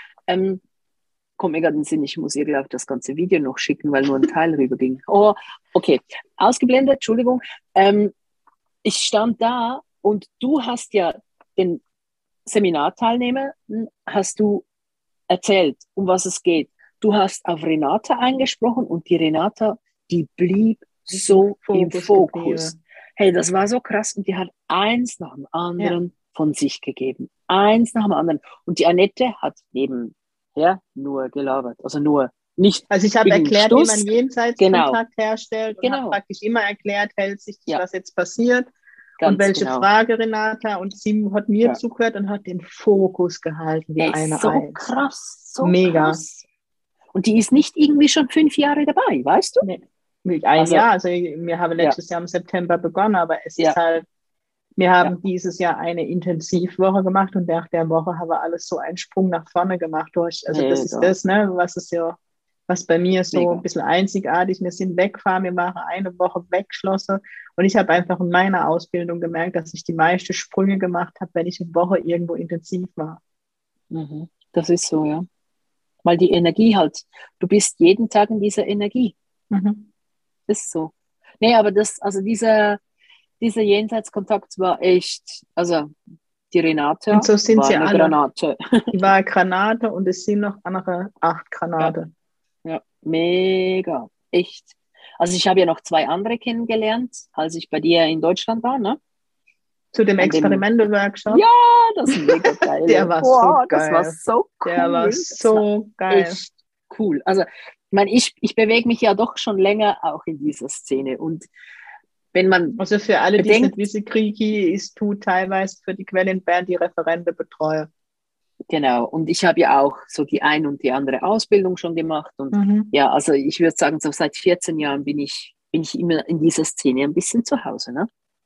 Kommt mir gerade in den Sinn, ich muss ihr, glaube ich, das ganze Video noch schicken, weil nur ein Teil rüberging. Oh, okay, ausgeblendet, Entschuldigung. Ich stand da und du hast ja den Seminarteilnehmer, hast du erzählt, um was es geht. Du hast auf Renata eingesprochen und die Renata, die blieb so im Fokus. Hey, das war so krass und die hat eins nach dem anderen von sich gegeben. Eins nach dem anderen. Und die Annette hat nebenher nur gelabert. Also nur nicht. Also ich habe erklärt, wie man Jenseitskontakt herstellt und habe praktisch immer erklärt, hält sich das, was jetzt passiert und welche Frage, Renata. Und sie hat mir zugehört und hat den Fokus gehalten wie eine so Eins. Krass, so mega. Krass. Und die ist nicht irgendwie schon 5 Jahre dabei, weißt du? Nee. Ein Jahr, also wir haben letztes Jahr im September begonnen, aber es ist halt, wir haben dieses Jahr eine Intensivwoche gemacht und nach der Woche haben wir alles so einen Sprung nach vorne gemacht durch. Also das ist das, ne, was bei mir so ein bisschen einzigartig, wir sind weggefahren, wir waren eine Woche weggeschlossen und ich habe einfach in meiner Ausbildung gemerkt, dass ich die meisten Sprünge gemacht habe, wenn ich eine Woche irgendwo intensiv war. Das ist so, ja. Weil die Energie halt, du bist jeden Tag in dieser Energie. Ist so. Nee, aber dieser Jenseitskontakt war echt, also die Renate und so sind war sie eine alle. Granate. Die war eine Granate und es sind noch andere 8 Granate. Ja, mega, echt. Also ich habe ja noch 2 andere kennengelernt, als ich bei dir in Deutschland war, ne? Zu dem Experimente-Workshop? Ja, das ist mega geil. Der war so geil. Das war so cool. Der war so geil. Echt cool. Also ich meine, ich bewege mich ja doch schon länger auch in dieser Szene und wenn man also für alle, die es nicht wissen, Kriki ist du teilweise für die Quelle in Bern die Referente betreue. Genau, und ich habe ja auch so die ein und die andere Ausbildung schon gemacht und ja, also ich würde sagen, so seit 14 Jahren bin ich immer in dieser Szene ein bisschen zu Hause, ne?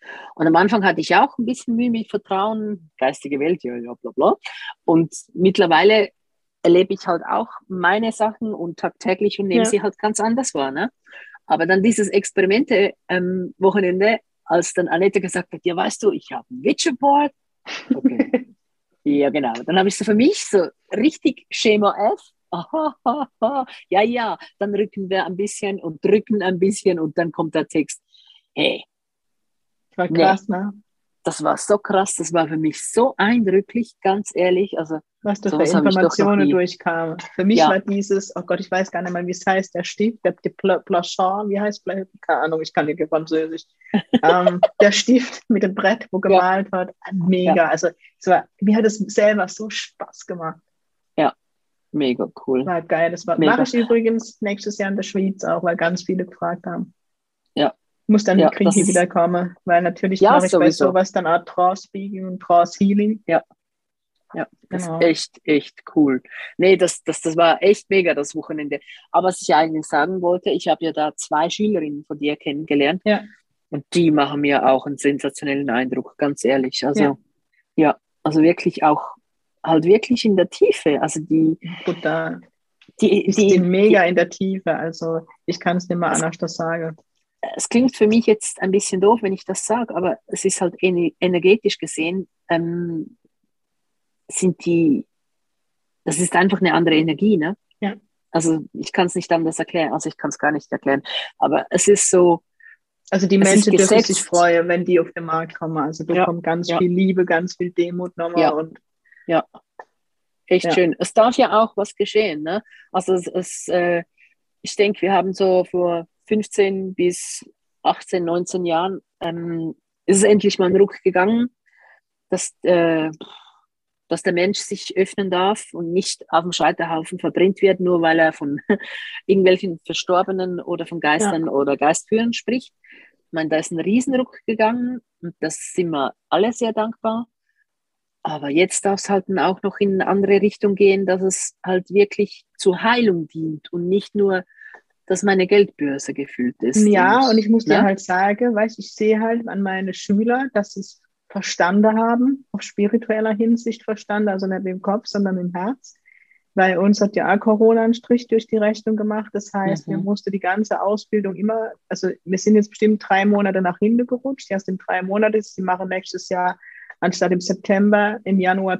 Und am Anfang hatte ich auch ein bisschen Mühe mit Vertrauen, geistige Welt, ja, ja, bla bla. Und mittlerweile erlebe ich halt auch meine Sachen und tagtäglich und nehme Ja. sie halt ganz anders wahr. Ne? Aber dann dieses Experimente-Wochenende, als dann Annette gesagt hat, ja, weißt du, ich habe ein Witcherboard. Okay. Ja, genau. Dann habe ich so für mich so richtig Schema F. Aha, aha, aha. Ja, ja. Dann rücken wir ein bisschen und drücken ein bisschen und dann kommt der Text. Hey, War nee, krass, ne? das war so krass. Das war für mich so eindrücklich, ganz ehrlich. Also Was da für sowas habe ich doch noch Informationen nie. durchkamen. Für mich Ja, war dieses, oh Gott, ich weiß gar nicht mal, wie es heißt, der Stift, der Planchard, wie heißt, keine Ahnung, ich kann nicht Französisch. Der Stift mit dem Brett, wo ja, gemalt wird, ja, mega. Also mir hat es selber so Spaß gemacht. ja. Mega cool. War geil. Das mache Mega. ich übrigens nächstes Jahr in der Schweiz auch, weil ganz viele gefragt haben. Ja, Muss dann ja, mit das Grieche ist, wiederkommen, weil natürlich ja, mache ich bei sowieso. sowas dann auch Trance-Speaking und Trance-Healing. Ja, ja, das ist Genau. echt, echt cool. Nee, das war echt mega, das Wochenende. Aber was ich eigentlich sagen wollte, ich habe ja da 2 Schülerinnen von dir kennengelernt Ja, und die machen mir auch einen sensationellen Eindruck, ganz ehrlich. ja, Also, ja, also wirklich auch, halt wirklich in der Tiefe. Also brutal. die, Die sind die, mega die, in der Tiefe, also ich kann es nicht mehr es, anders das sagen. es klingt für mich jetzt ein bisschen doof, wenn ich das sage, aber es ist halt energetisch gesehen, sind die, das ist einfach eine andere Energie, ne? Ja, Also ich kann es nicht anders erklären, also ich kann es gar nicht erklären, aber es ist so, also die es ist Menschen dürfen sich gesetzt. freuen, wenn die auf den Markt kommen. Also da Ja, kommt ganz ja, viel Liebe, ganz viel Demut nochmal ja, und ja, echt ja, schön. Es darf ja auch was geschehen, ne? Also ich denke, wir haben so vor 15 bis 18, 19 Jahren, ist es endlich mal einen Ruck gegangen, dass, dass der Mensch sich öffnen darf und nicht auf dem Scheiterhaufen verbrennt wird, nur weil er von irgendwelchen Verstorbenen oder von ja. Geistern oder Geistführern spricht. Ich meine, da ist ein Riesenruck gegangen und das sind wir alle sehr dankbar. Aber jetzt darf es halt dann auch noch in eine andere Richtung gehen, dass es halt wirklich zur Heilung dient und nicht nur, dass meine Geldbörse gefüllt ist. Ja, und Und, ich muss dir ne? halt sagen, weißt, ich sehe halt an meine Schüler, dass sie es verstanden haben, auf spiritueller Hinsicht verstanden, also nicht im Kopf, sondern im Herz. Weil uns hat ja auch Corona einen Strich durch die Rechnung gemacht. Das heißt, wir Mhm. mussten die ganze Ausbildung immer, also wir sind jetzt bestimmt 3 Monate nach hinten gerutscht. Erst in 3 Monate, sie machen nächstes Jahr anstatt im September, im Januar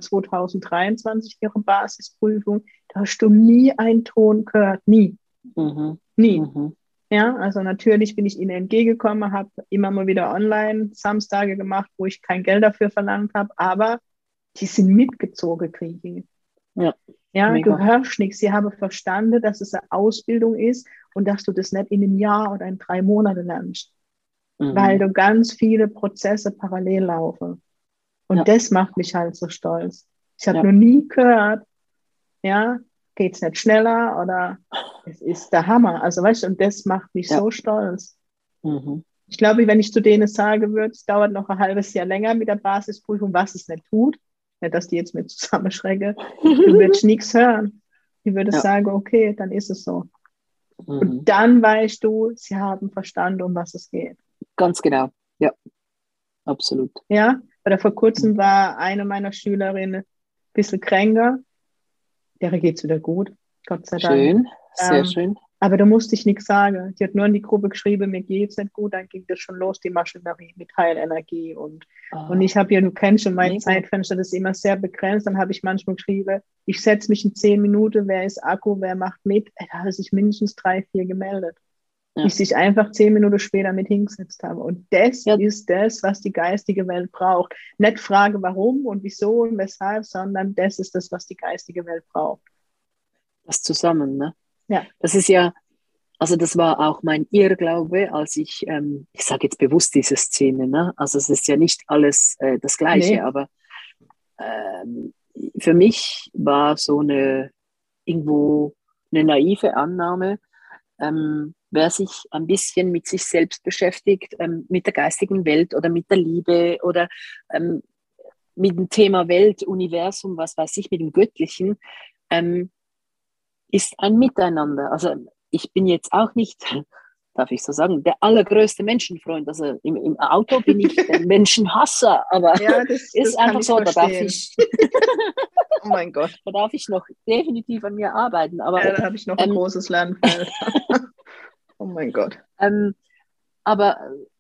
2023 ihre Basisprüfung. Da hast du nie einen Ton gehört, nie, Mhm. nie. Mhm. Ja, also natürlich bin ich ihnen entgegengekommen, habe immer mal wieder Online-Samstage gemacht, wo ich kein Geld dafür verlangt habe, aber die sind mitgezogen, kriege. Ja, Ja, du mega. hörst nichts. Sie haben verstanden, dass es eine Ausbildung ist und dass du das nicht in einem Jahr oder in 3 Monaten lernst, weil Mhm. du ganz viele Prozesse parallel laufen. Und Ja, das macht mich halt so stolz. Ich habe ja, noch nie gehört, ja, geht's nicht schneller oder es ist der Hammer. Also weißt du, und das macht mich ja. so stolz. Mhm. Ich glaube, wenn ich zu denen sagen würde, es dauert noch ein halbes Jahr länger mit der Basisprüfung, was es nicht tut, nicht, dass die jetzt mit zusammenschrecken, du würdest nichts hören. Die würde Ja. sagen, okay, dann ist es so. Und Mhm. dann weißt du, sie haben verstanden, um was es geht. Ganz genau. Ja, absolut. Ja, oder vor Mhm. kurzem war eine meiner Schülerinnen ein bisschen kränker, der geht's wieder gut, Gott sei Dank. Schön, sehr Ähm, schön. aber da musste ich nichts sagen. Die hat nur in die Gruppe geschrieben, mir geht's nicht gut, dann ging das schon los, die Maschinerie mit Heilenergie. Und Ah, ich habe ja, du kennst schon mein mega. Zeitfenster, das ist immer sehr begrenzt. Dann habe ich manchmal geschrieben, ich setze mich in 10 Minuten, wer ist Akku, wer macht mit? Da hat sich mindestens 3, 4 gemeldet. Die Ja, sich einfach 10 Minuten später mit hingesetzt haben. Und das ja, ist das, was die geistige Welt braucht. Nicht Frage, warum und wieso und weshalb, sondern das ist das, was die geistige Welt braucht. das zusammen, ne? Ja, Das ist ja, also das war auch mein Irrglaube, als ich sage jetzt bewusst diese Szene, ne? Also es ist ja nicht alles das Gleiche, nee, aber ähm, für mich war so irgendwo eine naive Annahme, wer sich ein bisschen mit sich selbst beschäftigt, mit der geistigen Welt oder mit der Liebe oder ähm, mit dem Thema Welt, Universum, was weiß ich, mit dem Göttlichen, ähm, ist ein Miteinander. Also ich bin jetzt auch nicht darf ich so sagen, der allergrößte Menschenfreund. Also im Auto bin ich der Menschenhasser, aber Ja, das ist kann einfach ich so, verstehen. Oh mein Gott. da darf ich noch definitiv an mir arbeiten. Aber, Ja, da habe ich noch ein großes Lernfeld. Oh mein Gott. aber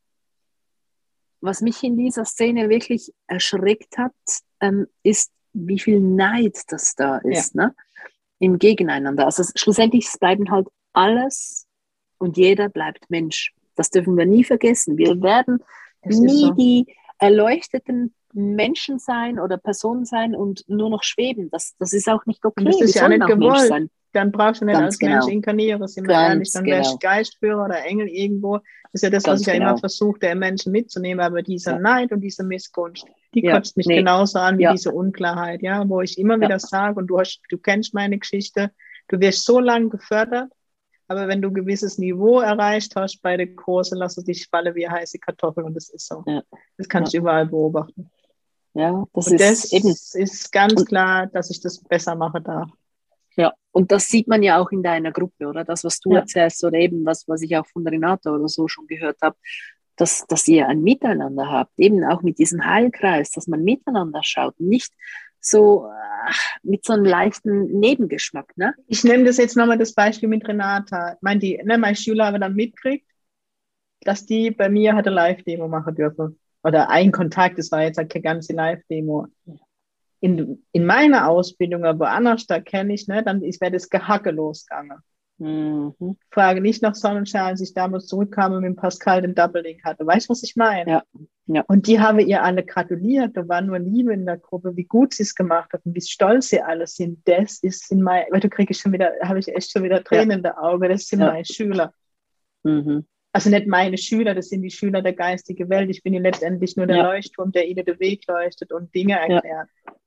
was mich in dieser Szene wirklich erschreckt hat, ist, wie viel Neid das da ist, ne? Im Gegeneinander. Also schlussendlich bleiben halt alles und jeder bleibt Mensch. Das dürfen wir nie vergessen. Wir werden nie die erleuchteten Menschen sein oder Personen sein und nur noch schweben. Das ist auch nicht okay. Und das ist wir ja sollen nicht auch Mensch gewollt. sein. Dann brauchst du nicht Ganz als genau. Mensch inkarnieren, sind wir Ganz ehrlich. Dann wärst du genau. Geistführer oder Engel irgendwo. Das ist ja das, was Ganz ich ja genau. immer versuche, der Menschen mitzunehmen. Aber dieser Neid und diese Missgunst, die Ja, kotzt mich nee. genauso an wie Ja. diese Unklarheit, ja, wo ich immer Ja. wieder sage, und du kennst meine Geschichte, du wirst so lange gefördert, aber wenn du ein gewisses Niveau erreicht hast bei den Kursen, lass du dich fallen wie heiße Kartoffeln, und das ist so. Ja. Das kannst du überall beobachten. Ja, das Und das ist eben. ist ganz klar, dass ich das besser mache darf. Ja, und das sieht man ja auch in deiner Gruppe, oder? Das, was du erzählst, oder eben was ich auch von Renata oder so schon gehört habe, dass ihr ein Miteinander habt, eben auch mit diesem Heilkreis, dass man miteinander schaut, nicht so mit so einem leichten Nebengeschmack, ne? Ich nehme das jetzt nochmal das Beispiel mit Renata. Meine Schüler haben dann mitgekriegt, dass die bei mir hatte Live-Demo machen dürfen. Oder ein Kontakt, das war jetzt halt keine ganze Live-Demo. In meiner Ausbildung, aber woanders, da kenne ich, ne, dann wäre das Gehacke losgegangen. Mhm. Frage nicht nach Sonnenschein, als ich damals zurückkam und mit Pascal den Double-Link hatte. Weißt du, was ich meine? Ja. Ja. Und die haben ihr alle gratuliert. Da war nur Liebe in der Gruppe, wie gut sie es gemacht hat und wie stolz sie alle sind. Das ist du kriegst schon wieder, habe ich echt schon wieder Tränen in den Augen. Das sind meine Schüler. Mhm. Also nicht meine Schüler, das sind die Schüler der geistigen Welt. Ich bin ja letztendlich nur der Leuchtturm, der ihnen den Weg leuchtet und Dinge erklärt.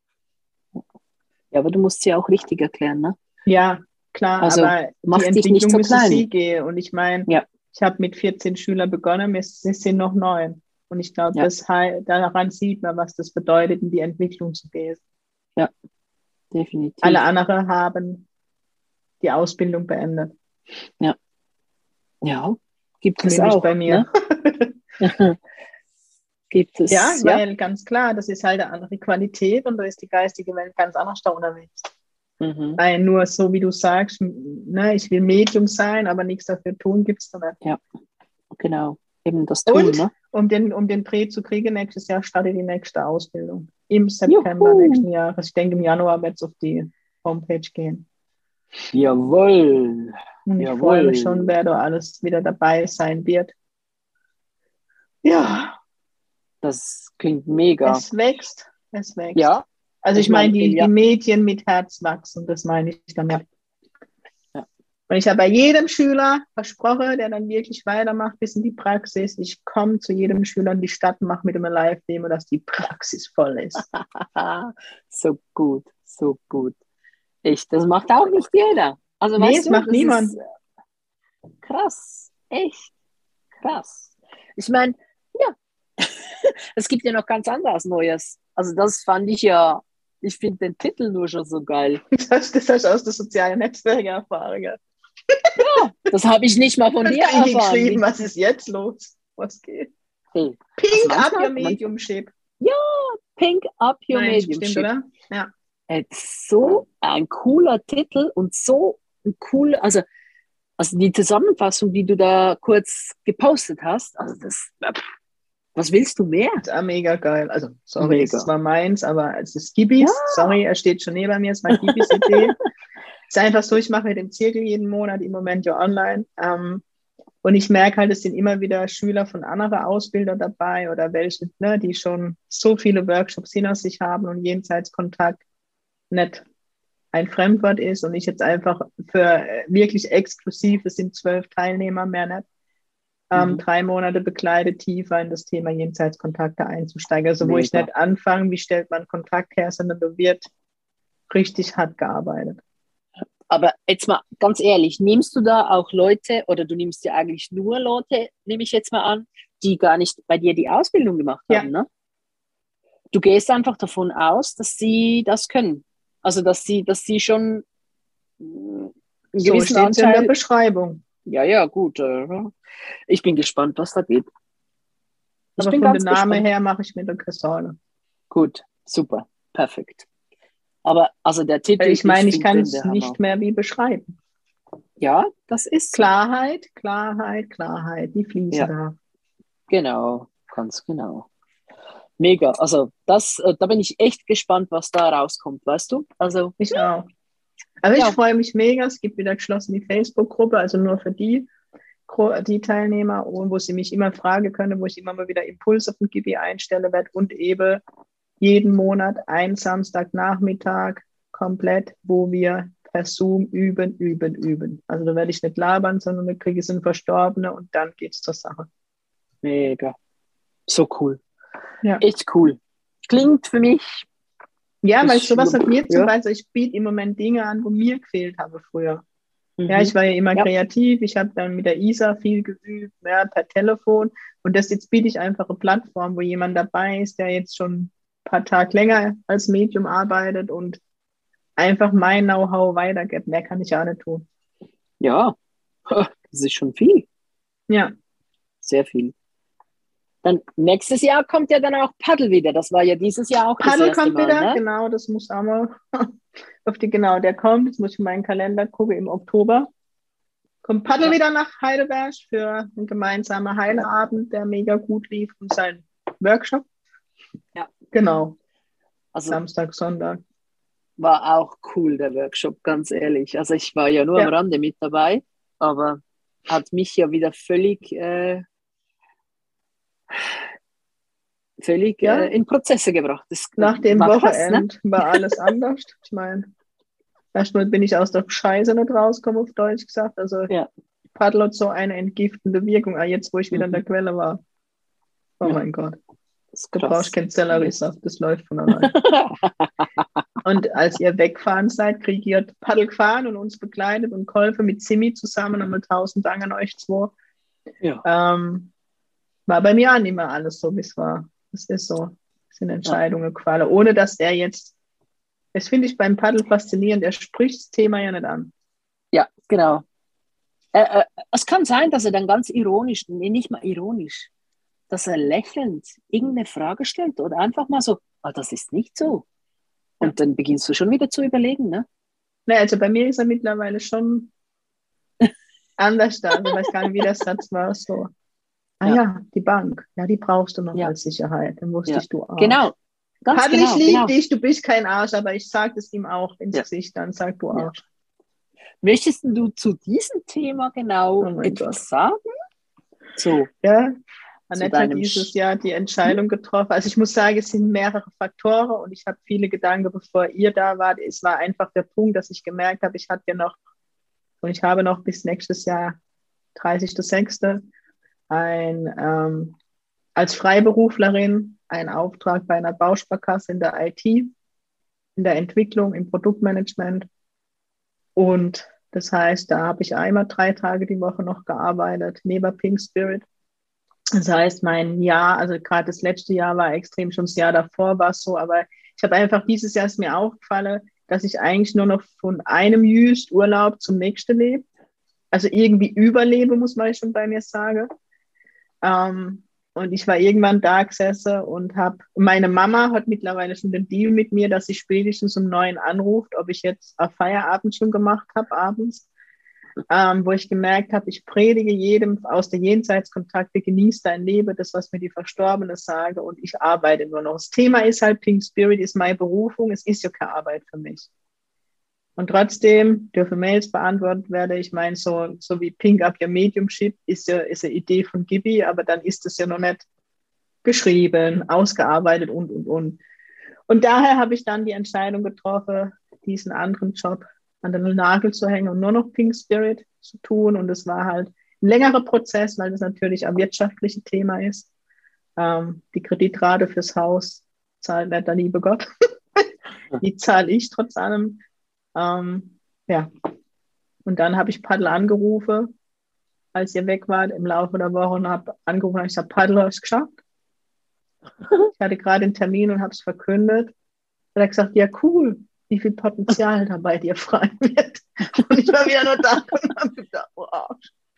Ja, aber du musst sie auch richtig erklären, ne? Ja, klar, also, aber die Entwicklung müssen sie gehen. Und ich meine, ich habe mit 14 Schülern begonnen, es sind noch 9. Und ich glaube, daran sieht man, was das bedeutet, in die Entwicklung zu gehen. Ja, definitiv. Alle anderen haben die Ausbildung beendet. Ja. Ja, gibt es auch. Bei mir. Ne? Gibt es. Ja, weil ganz klar, das ist halt eine andere Qualität und da ist die geistige Welt ganz anders da unterwegs. Mhm. Weil nur so, wie du sagst, ne, ich will Medium sein, aber nichts dafür tun, gibt es da nicht. Ja, genau. Eben das Tun, und, ne? um den Dreh zu kriegen, nächstes Jahr startet die nächste Ausbildung. Im September nächsten Jahres. Ich denke, im Januar wird es auf die Homepage gehen. Jawohl. Und ich freue mich schon, wer da alles wieder dabei sein wird. Ja. Das klingt mega. Es wächst. Ja. Also ich meine, die Medien mit Herz wachsen, das meine ich damit. Ja. Und ich habe bei jedem Schüler versprochen, der dann wirklich weitermacht bis in die Praxis, ich komme zu jedem Schüler in die Stadt und mache mit einem Live-Demo, dass die Praxis voll ist. So gut, so gut. Echt, das macht auch nicht jeder. Also, nee, es macht niemand. Krass, echt krass. Ich meine, ja, es gibt ja noch ganz anderes Neues. Also das fand ich ich finde den Titel nur schon so geil. Das hast du aus den sozialen Netzwerken erfahren. Ja, das habe ich nicht mal von dir erfahren. Geschrieben, was ist jetzt los? Was geht? Hey, Pink up your mediumship. Ja, Pink up your mediumship. Stimmt, oder? Ja. So ein cooler Titel und so ein cooler, also die Zusammenfassung, die du da kurz gepostet hast, also was willst du mehr? Das ist mega geil. Also, sorry, es war meins, aber es ist Gibis. Ja. Sorry, er steht schon neben mir, es war Gibis Idee. Es ist einfach so, ich mache den Zirkel jeden Monat, im Moment ja online. Und ich merke halt, es sind immer wieder Schüler von anderen Ausbildern dabei oder welche, ne, die schon so viele Workshops hinter sich haben und Jenseitskontakt nicht ein Fremdwort ist und ich jetzt einfach für wirklich exklusiv, es sind 12 Teilnehmer, mehr nicht, 3 Monate begleitet, tiefer in das Thema Jenseitskontakte einzusteigen. Also wo ich nicht anfange, wie stellt man Kontakt her, sondern da wird richtig hart gearbeitet. Aber jetzt mal ganz ehrlich, nimmst du da auch Leute oder du nimmst ja eigentlich nur Leute, nehme ich jetzt mal an, die gar nicht bei dir die Ausbildung gemacht haben, ne? Du gehst einfach davon aus, dass sie das können. Also dass sie schon einen gewissen Anteil in der Beschreibung. Ja, ja, gut. Ich bin gespannt, was da geht. Ich Aber bin von dem ganz Namen gespannt. her mache ich mir da keine Sorge. Gut, super, perfekt. Aber also der Titel, Ich ich meine, ich finde kann den es der Hammer. nicht mehr wie beschreiben. Ja, das ist so. Klarheit, Klarheit, Klarheit, die fließen Ja, da. genau, ganz genau. Mega. Also da bin ich echt gespannt, was da rauskommt, weißt du? Also, Ich auch. Also ich ja, freue mich mega. Es gibt wieder geschlossen die Facebook-Gruppe, also nur für die Teilnehmer, wo sie mich immer fragen können, wo ich immer mal wieder Impulse auf den Gibi einstelle werde und eben jeden Monat einen Samstagnachmittag komplett, wo wir per Zoom üben, üben, üben. Also da werde ich nicht labern, sondern da kriege ich einen Verstorbene und dann geht's zur Sache. mega. So cool. Ja. Echt cool. Klingt für mich, Ja, weil ist, sowas hat mir zum ja, Beispiel, ich biete im Moment Dinge an, wo mir gefehlt habe früher. Ja, ich mhm. war ja immer Ja, kreativ. Ich habe dann mit der Isa viel geübt, ja, per Telefon. Und das jetzt biete ich einfach eine Plattform, wo jemand dabei ist, der jetzt schon ein paar Tage länger als Medium arbeitet und einfach mein Know-how weitergibt. Mehr kann ich ja nicht tun. ja, das ist schon viel, Ja, sehr viel. Dann nächstes Jahr kommt ja dann auch Paddel wieder. Das war ja dieses Jahr auch das Paddel erste kommt Mal, wieder, ne? genau, das muss auch mal genau, der kommt. Jetzt muss ich in meinen Kalender gucken, im Oktober. Kommt Paddel Ja, wieder nach Heidelberg für einen gemeinsamen Heileabend, der mega gut lief und sein Workshop. ja. Genau, Also Samstag, Sonntag. war auch cool, der Workshop, ganz ehrlich. Also ich war ja nur am Ja, Rande mit dabei, aber hat mich ja wieder völlig ja, in Prozesse gebracht. Das nach dem war krass, ne? Wochenende war alles anders. Ich meine, erstmal bin ich aus der Scheiße nicht rausgekommen, auf Deutsch gesagt. Also Ja. Paddel hat so eine entgiftende Wirkung, jetzt wo ich wieder in der Mhm. Quelle war. Oh Ja, mein Gott, das ist du brauchst krass. keinen Selleriesaft, das läuft von allein. Und als ihr weggefahren seid, kriegt ihr Paddel gefahren und uns begleitet und geholfen mit Simi zusammen und mit 1000 Dank an euch zwei. Ja, Ähm, war bei mir auch nicht mehr alles so, wie es war. Das ist so. Es sind ja, Entscheidungen gefallen, ohne dass er jetzt, das finde ich beim Paddel faszinierend, er spricht das Thema ja nicht an. ja, genau. Es kann sein, dass er dann ganz ironisch, nee, nicht mal ironisch, dass er lächelnd irgendeine Frage stellt oder einfach mal so, ah, das ist nicht so. Ja. Und dann beginnst du schon wieder zu überlegen, ne? Ne, also bei mir ist er mittlerweile schon anders da. Also ich weiß gar nicht, wie der Satz war. So, ah Ja, ja, die Bank. Ja, die brauchst du noch ja, als Sicherheit. Dann wusste ja. ich, du Arsch. Genau, ganz Paddel, ich genau, liebe genau. dich, du bist kein Arsch, aber ich sage es ihm auch ins Ja, Gesicht, dann sag du ja. Arsch. Möchtest du zu diesem Thema Oh genau mein Gott. etwas sagen? So, Ja, zu Annette hat deinem dieses Jahr die Hm? Entscheidung getroffen. Also ich muss sagen, es sind mehrere Faktoren und ich habe viele Gedanken, bevor ihr da wart. Es war einfach der Punkt, dass ich gemerkt habe, ich hatte ja noch und ich habe noch bis nächstes Jahr 30.06. Als Freiberuflerin einen Auftrag bei einer Bausparkasse in der IT, in der Entwicklung, im Produktmanagement. Und das heißt, da habe ich einmal 3 Tage die Woche noch gearbeitet, neben Pink Spirit. Das heißt, mein Jahr, also gerade das letzte Jahr war extrem, schon das Jahr davor war es so, aber ich habe einfach dieses Jahr ist mir aufgefallen, dass ich eigentlich nur noch von einem Jüst Urlaub zum nächsten lebe. Also irgendwie überlebe, muss man schon bei mir sagen. Ähm, und ich war irgendwann da gesessen und meine Mama hat mittlerweile schon den Deal mit mir, dass sie spätestens um 9 anruft, ob ich jetzt auf Feierabend schon gemacht habe, abends. Wo ich gemerkt habe, ich predige jedem aus der Jenseitskontakte, genieß dein Leben, das, was mir die Verstorbenen sagen und ich arbeite nur noch. Das Thema ist halt, Pink Spirit ist meine Berufung, es ist ja keine Arbeit für mich. Und trotzdem dürfen Mails beantwortet werden. Ich meine, so wie Pink Up Your Mediumship ist eine Idee von Gibi, aber dann ist es ja noch nicht geschrieben, ausgearbeitet und. Und daher habe ich dann die Entscheidung getroffen, diesen anderen Job an den Nagel zu hängen und nur noch Pink Spirit zu tun. Und es war halt ein längerer Prozess, weil das natürlich ein wirtschaftliches Thema ist. Die Kreditrate fürs Haus zahlt nicht der liebe Gott. Die zahle ich trotz allem. Ja, und dann habe ich Paddel angerufen, als ihr weg wart im Laufe der Woche und habe angerufen und ich gesagt, Paddel, habe ich es geschafft. Ich hatte gerade einen Termin und habe es verkündet. Und er hat gesagt, ja cool, wie viel Potenzial da bei dir frei wird. Und ich war wieder nur da und habe gedacht, oh Arsch.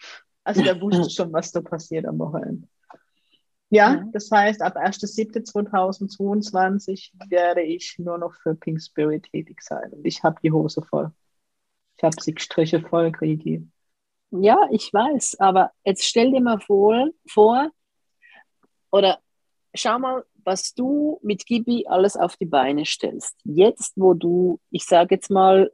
Also der wusste schon, was da passiert am Wochenende. Ja, das heißt, ab 1.7.2022 werde ich nur noch für Pink Spirit tätig sein. Und ich habe die Hose voll. Ich habe sie Striche voll, Grigi. Ja, ich weiß, aber jetzt stell dir mal vor, oder schau mal, was du mit Gibi alles auf die Beine stellst. Jetzt, wo du, ich sage jetzt mal,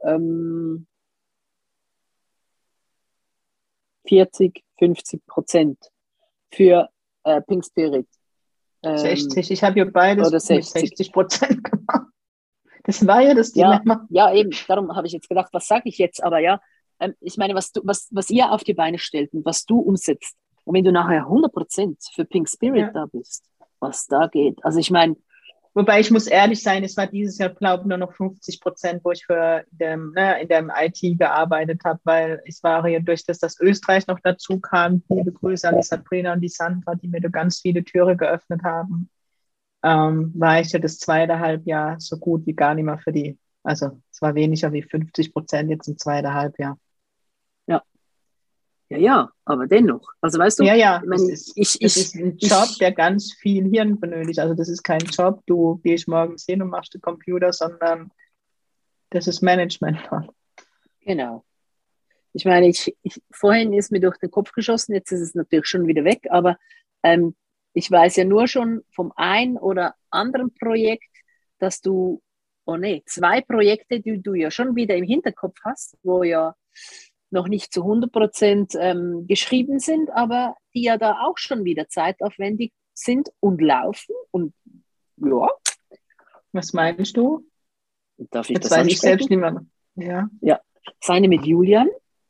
40-50% für Pink Spirit. 60. Ich habe ja beides oder mit 60% gemacht. Das war ja das Dilemma. Ja, eben. Darum habe ich jetzt gedacht, was sage ich jetzt? Aber ja, ich meine, was ihr auf die Beine stellt und was du umsetzt. Und wenn du nachher 100% für Pink Spirit da bist, was da geht. Also ich meine, wobei ich muss ehrlich sein, es war dieses Jahr, glaube ich, nur noch 50%, wo ich in dem IT gearbeitet habe, weil es war ja durch das, dass Österreich noch dazu kam, liebe Grüße an die Sabrina und die Sandra, die mir da ganz viele Türe geöffnet haben, war ich ja das zweite Halbjahr so gut wie gar nicht mehr für die. Also es war weniger wie 50% jetzt im zweiten Halbjahr. Ja, aber dennoch. Also weißt du, das ist ein Job, der ganz viel Hirn benötigt. Also das ist kein Job, du gehst morgens hin und machst den Computer, sondern das ist Management. Genau. Ich meine, vorhin ist mir durch den Kopf geschossen, jetzt ist es natürlich schon wieder weg, aber ich weiß ja nur schon vom ein oder anderen Projekt, dass du, zwei Projekte, die du ja schon wieder im Hinterkopf hast, wo ja noch nicht zu 100% geschrieben sind, aber die ja da auch schon wieder zeitaufwendig sind und laufen. Und ja. Was meinst du? Darf ich Jetzt das weiß ich selbst nicht mehr. Ja. Seine mit Julian.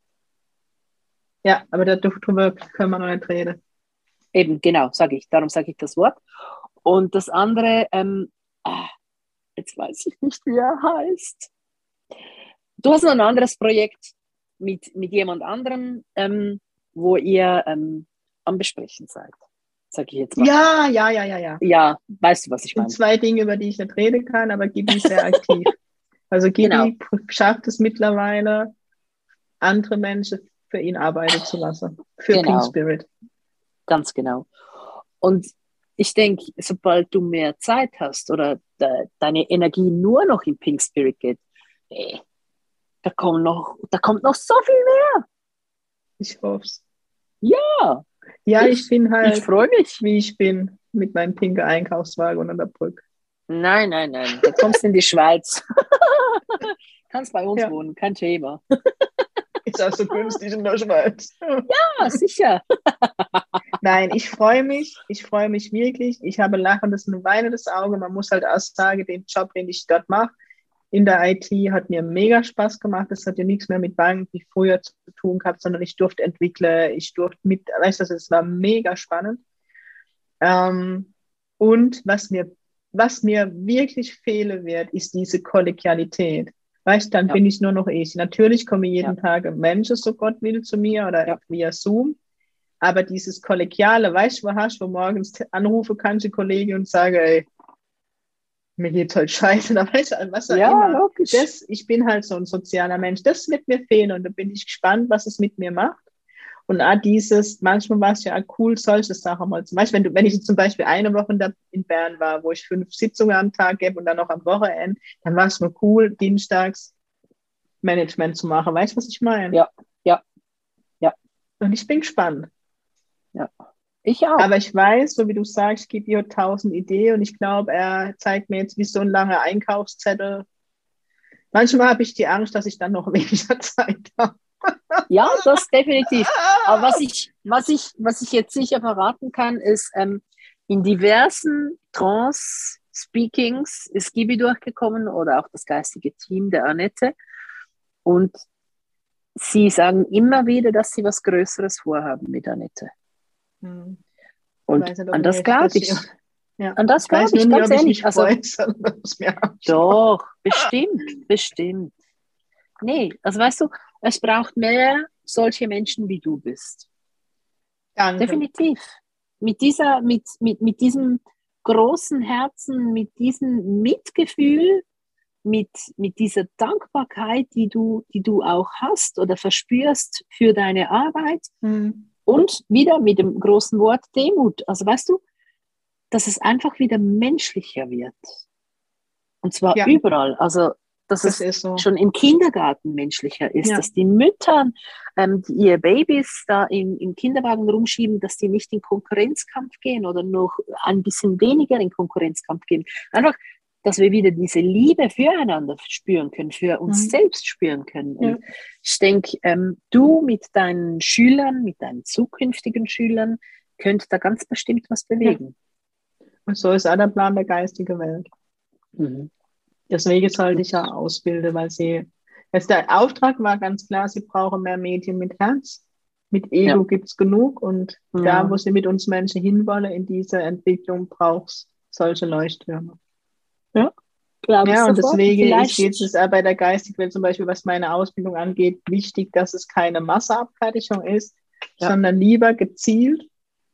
Ja, aber darüber können wir noch nicht reden. Eben, genau, darum sage ich das Wort. Und das andere, jetzt weiß ich nicht, wie er heißt. Du hast noch ein anderes Projekt mit jemand anderem, wo ihr am Besprechen seid. Sag ich jetzt mal. Ja. Ja, weißt du, was ich meine? Es sind 2 Dinge, über die ich nicht reden kann, aber Gibi ist sehr aktiv. Also Gibi schafft es mittlerweile, andere Menschen für ihn arbeiten zu lassen. Für Pink Spirit. Ganz genau. Und ich denke, sobald du mehr Zeit hast oder deine Energie nur noch in Pink Spirit geht, da kommt noch so viel mehr. Ich hoffe es. Ja. Ja, ich bin halt, ich freue mich, wie ich bin, mit meinem pinken Einkaufswagen unter der Brücke. Nein. Du kommst in die Schweiz. Kannst bei uns wohnen, kein Thema. Ist auch so günstig in der Schweiz. Ja, sicher. Nein, ich freue mich wirklich. Ich habe lachendes und weinendes Auge. Man muss halt auch sagen, den Job, den ich dort mache, in der IT, hat mir mega Spaß gemacht. Das hat ja nichts mehr mit Banken wie früher zu tun gehabt, sondern ich durfte entwickeln, es war mega spannend. Und was mir wirklich fehlen wird, ist diese Kollegialität. Weißt du, dann bin ich nur noch ich. Natürlich kommen jeden Tag Menschen, so Gott will, zu mir oder via Zoom. Aber dieses Kollegiale, weißt du, wo morgens anrufe kannst, die Kollegen und sage, ey, mir geht's halt scheiße, da weißt du, was auch immer. Logisch. Ich bin halt so ein sozialer Mensch. Das wird mir fehlen und da bin ich gespannt, was es mit mir macht. Und manchmal war es ja auch cool, solche Sachen mal zum Beispiel, wenn ich zum Beispiel eine Woche in Bern war, wo ich 5 Sitzungen am Tag gebe und dann noch am Wochenende, dann war es mir cool, dienstags Management zu machen. Weißt du, was ich meine? Ja. Und ich bin gespannt. Ja, ich auch. Aber ich weiß, so wie du sagst, ich gebe dir 1000 Ideen und ich glaube, er zeigt mir jetzt wie so ein langer Einkaufszettel. Manchmal habe ich die Angst, dass ich dann noch weniger Zeit habe. Ja, das definitiv. Aber was ich jetzt sicher verraten kann, ist, in diversen Trance-Speakings ist Gibi durchgekommen oder auch das geistige Team der Annette. Und sie sagen immer wieder, dass sie was Größeres vorhaben mit Annette. Und nicht, an das glaube ich. Ja. An das glaube ich, ganz ehrlich. Doch, bestimmt. Nee, also weißt du, es braucht mehr solche Menschen, wie du bist. Danke. Definitiv. Mit diesem großen Herzen, mit diesem Mitgefühl, mit dieser Dankbarkeit, die du auch hast oder verspürst für deine Arbeit. Und wieder mit dem großen Wort Demut. Also weißt du, dass es einfach wieder menschlicher wird. Und zwar Ja, überall. Also, dass das es ist so. schon im Kindergarten menschlicher ist, Ja. dass die Mütter, die ihre Babys da im Kinderwagen rumschieben, dass die nicht in Konkurrenzkampf gehen oder noch ein bisschen weniger in Konkurrenzkampf gehen. Einfach, dass wir wieder diese Liebe füreinander spüren können, für uns selbst spüren können. Ja. Und ich denke, du mit deinen Schülern, mit deinen zukünftigen Schülern, könnt da ganz bestimmt was bewegen. Und so ist auch der Plan der geistigen Welt. Mhm. Deswegen sollte ich ja ausbilden, weil der Auftrag war ganz klar, sie brauchen mehr Medien mit Herz. Mit Ego gibt es genug und da, wo sie mit uns Menschen hinwollen, in dieser Entwicklung braucht es solche Leuchttürme. Ja, glaube ich. Ja, und sofort. deswegen geht es auch bei der geistigen Welt zum Beispiel, was meine Ausbildung angeht, wichtig, dass es keine Masseabfertigung ist, sondern lieber gezielt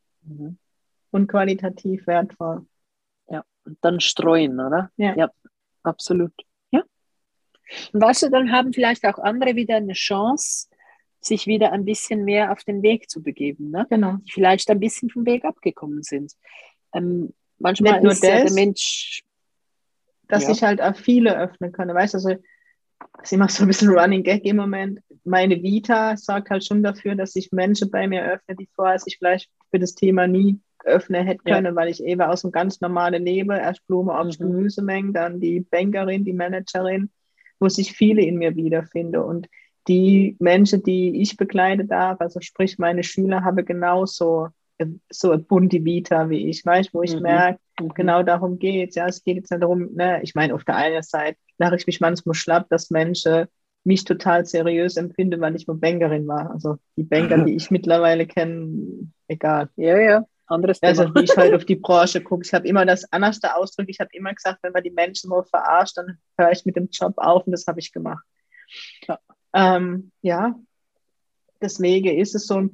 und qualitativ wertvoll. Ja, und dann streuen, oder? Ja. Absolut. Ja. Und weißt du, dann haben vielleicht auch andere wieder eine Chance, sich wieder ein bisschen mehr auf den Weg zu begeben, ne? Genau. Die vielleicht ein bisschen vom Weg abgekommen sind. Manchmal ist ja der Mensch... Dass ich halt auch viele öffnen kann. Weißt du, also, das ist immer so ein bisschen Running Gag im Moment. Meine Vita sorgt halt schon dafür, dass sich Menschen bei mir öffnen, die vorher sich vielleicht für das Thema nie öffnen hätte können, weil ich eben aus einem ganz normalen Leben, erst Blume, Obst, Gemüsemengen, dann die Bankerin, die Managerin, wo sich viele in mir wiederfinden. Und die Menschen, die ich begleiten darf, also sprich meine Schüler, haben genauso so eine bunte Vita wie ich, weißt, wo ich merke, genau darum geht es. Ja, es geht jetzt nicht darum, ne, ich meine, auf der einen Seite lache ich mich manchmal schlapp, dass Menschen mich total seriös empfinden, weil ich mal Bankerin war. Also die Banker, die ich mittlerweile kenne, egal. Ja, anderes Thema. Also wie ich heute auf die Branche gucke, ich habe immer das anderste Ausdruck, ich habe immer gesagt, wenn man die Menschen mal verarscht, dann höre ich mit dem Job auf und das habe ich gemacht. Ja, deswegen ist es so ein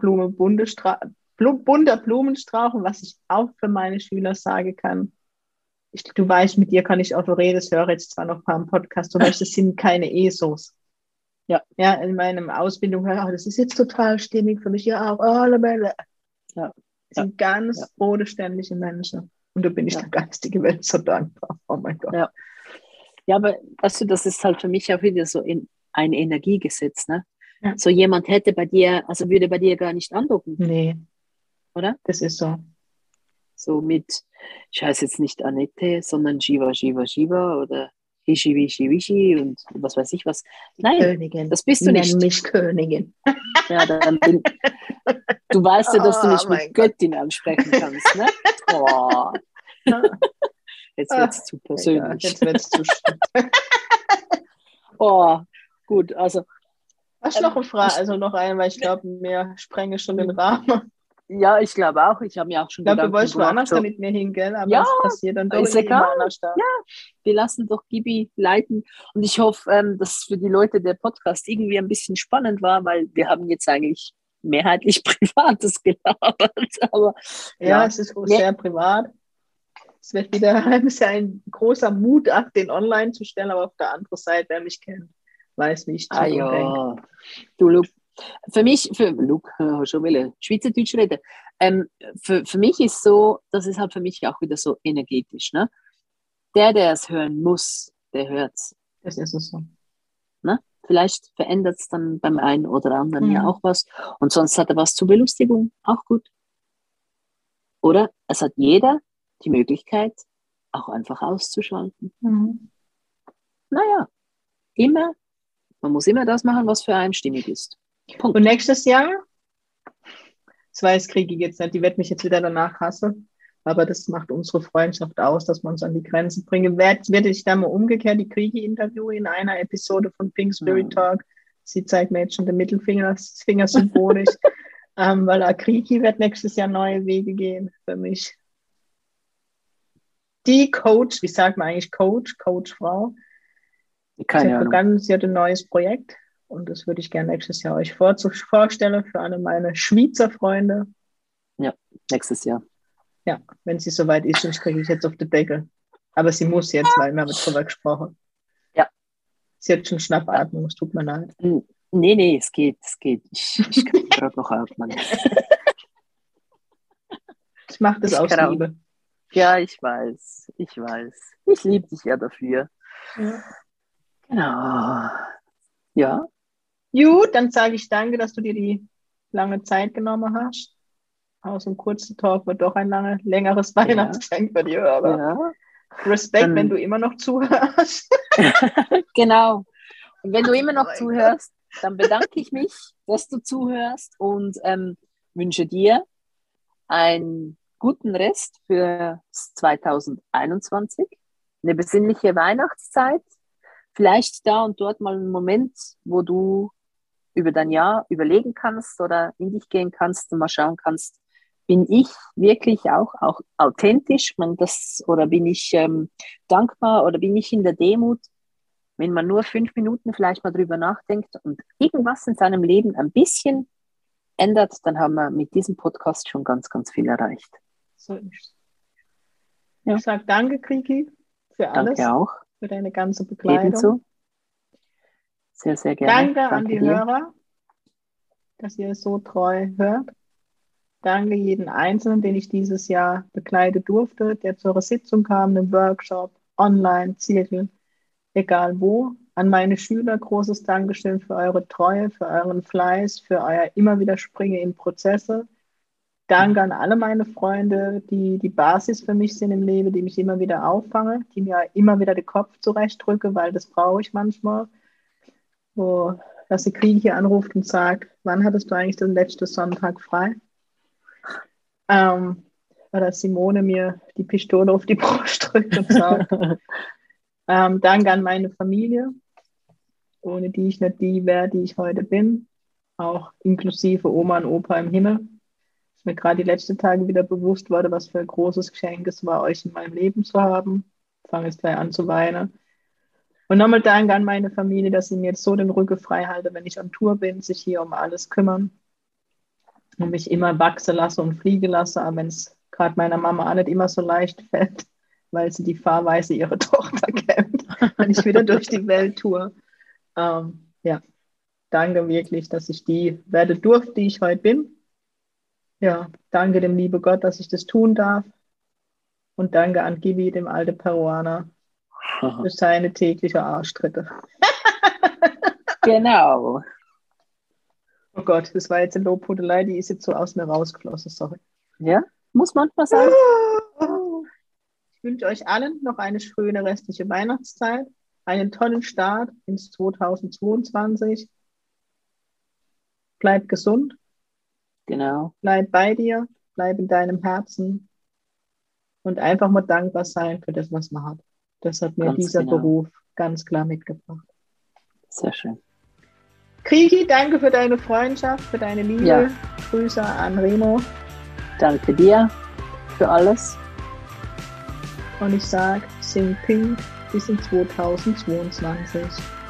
bunter Blumenstrauch, und was ich auch für meine Schüler sagen kann, du weißt, mit dir kann ich auch reden, das höre ich jetzt zwar noch ein paar im Podcast, du weißt, das sind keine ESOs. Ja, in meiner Ausbildung höre ich, das ist jetzt total stimmig für mich, ja auch, alle Bälle. Das sind ganz bodenständige Menschen. Und da bin ich der geistigen Welt so dankbar. Oh mein Gott. Ja, aber weißt du, das ist halt für mich auch wieder so ein Energiegesetz, ne? Ja. So jemand hätte bei dir, also würde bei dir gar nicht andocken. Nee. Oder? Das ist so. So mit, ich heiße jetzt nicht Annette, sondern Shiva oder Hishi Wishi und was weiß ich was. Nein, Königin. das bist du nicht. Nenn mich Königin. Ja, du weißt ja, dass du mich mit Göttin ansprechen kannst, ne? Oh. Jetzt wird es zu persönlich. Jetzt wird es zu schlimm. Oh, gut, also. Hast du noch eine Frage? Also noch eine, weil ich glaube, wir sprengen schon den Rahmen. Ja, ich glaube auch. Ich habe mir auch schon gedacht, du wolltest woanders so mit mir hingehen, aber es passiert dann doch ist egal. Anders da. Ja, wir lassen doch Gibi leiten. Und ich hoffe, dass für die Leute der Podcast irgendwie ein bisschen spannend war, weil wir haben jetzt eigentlich mehrheitlich Privates gelabert. Aber, es ist sehr privat. Es wird wieder ein großer Mutakt, den online zu stellen, aber auf der anderen Seite, wer mich kennt, weiß, wie ich denke. Du, Luke, Luke, schon will Schweizerdeutsch reden. Für mich ist so, das ist halt für mich auch wieder so energetisch. Ne? Der es hören muss, der hört es. Das ist es so. Ne? Vielleicht verändert es dann beim einen oder anderen ja auch was. Und sonst hat er was zur Belustigung, auch gut. Oder es hat jeder die Möglichkeit, auch einfach auszuschalten. Naja, man muss immer das machen, was für einen stimmig ist. Punkt. Und nächstes Jahr, das weiß kriege ich jetzt nicht, die wird mich jetzt wieder danach hassen, aber das macht unsere Freundschaft aus, dass wir uns an die Grenzen bringen. Werde ich dann mal umgekehrt die Kriege interviewen in einer Episode von Pink Spirit Talk. Sie zeigt mir jetzt schon den Mittelfinger, das Finger symbolisch, weil Akriki wird nächstes Jahr neue Wege gehen für mich. Die Coach, wie sagt man eigentlich Coachfrau? Sie hat ein neues Projekt und das würde ich gerne nächstes Jahr euch vorstellen für alle meine Schweizer Freunde. Ja, nächstes Jahr. Ja, wenn sie soweit ist, sonst kriege ich jetzt auf den Deckel. Aber sie muss jetzt, weil wir haben drüber gesprochen. Ja. Sie hat schon Schnappatmung, es tut mir leid. Nee, es geht. Ich kann gerade noch atmen. Ich mache das aus Genau. Liebe. Ja, ich weiß. Ich liebe dich ja dafür. Ja. Genau. Ja. Gut, dann sage ich danke, dass du dir die lange Zeit genommen hast. Aus einem kurzen Talk wird doch ein längeres Weihnachtsgeschenk für die Hörer. Ja. Respekt, wenn du immer noch zuhörst. Genau. Und wenn du immer noch zuhörst, dann bedanke ich mich, dass du zuhörst und wünsche dir einen guten Rest für 2021, eine besinnliche Weihnachtszeit, vielleicht da und dort mal einen Moment, wo du über dein Jahr überlegen kannst oder in dich gehen kannst und mal schauen kannst, bin ich wirklich auch authentisch, oder bin ich dankbar oder bin ich in der Demut, wenn man nur 5 Minuten vielleicht mal drüber nachdenkt und irgendwas in seinem Leben ein bisschen ändert, dann haben wir mit diesem Podcast schon ganz, ganz viel erreicht. So ist. Ja. Ich sage danke, Kriki, für alles. Danke auch. Für deine ganze Begleitung. Ebenso. Sehr, sehr gerne. Danke an die Hörer, dass ihr es so treu hört. Danke jeden Einzelnen, den ich dieses Jahr begleiten durfte, der zu eurer Sitzung kam, einem Workshop, online, Zirkel, egal wo. An meine Schüler großes Dankeschön für eure Treue, für euren Fleiß, für euer immer wieder Springen in Prozesse. Danke an alle meine Freunde, die die Basis für mich sind im Leben, die mich immer wieder auffangen, die mir immer wieder den Kopf zurechtdrücken, weil das brauche ich manchmal. Wo dass die Krieg hier anruft und sagt, wann hattest du eigentlich den letzten Sonntag frei? Oder Simone mir die Pistole auf die Brust drückt und sagt, danke an meine Familie, ohne die ich nicht die wäre, die ich heute bin, auch inklusive Oma und Opa im Himmel. Ist mir gerade die letzten Tage wieder bewusst wurde, was für ein großes Geschenk es war, euch in meinem Leben zu haben. Ich fange jetzt gleich an zu weinen. Und nochmal danke an meine Familie, dass sie mir jetzt so den Rücken frei halte, wenn ich on Tour bin, sich hier um alles kümmern und mich immer wachsen lasse und fliegen lasse, aber wenn es gerade meiner Mama auch nicht immer so leicht fällt, weil sie die Fahrweise ihrer Tochter kennt, wenn ich wieder durch die Welt tour. Ja, danke wirklich, dass ich die werde durfte, die ich heute bin. Ja, danke dem lieben Gott, dass ich das tun darf. Und danke an Gibi, dem alten Peruaner, für seine tägliche Arschtritte. Genau. Oh Gott, das war jetzt eine Lobhudelei, die ist jetzt so aus mir rausgeflossen, sorry. Ja, muss manchmal sein. Ich wünsche euch allen noch eine schöne restliche Weihnachtszeit, einen tollen Start ins 2022. Bleib gesund. Genau. Bleib bei dir, bleib in deinem Herzen und einfach mal dankbar sein für das, was man hat. Das hat mir dieser Beruf ganz klar mitgebracht. Sehr schön. Kriki, danke für deine Freundschaft, für deine Liebe. Ja. Grüße an Remo. Danke dir für alles. Und ich sage, sing Pink bis in 2022.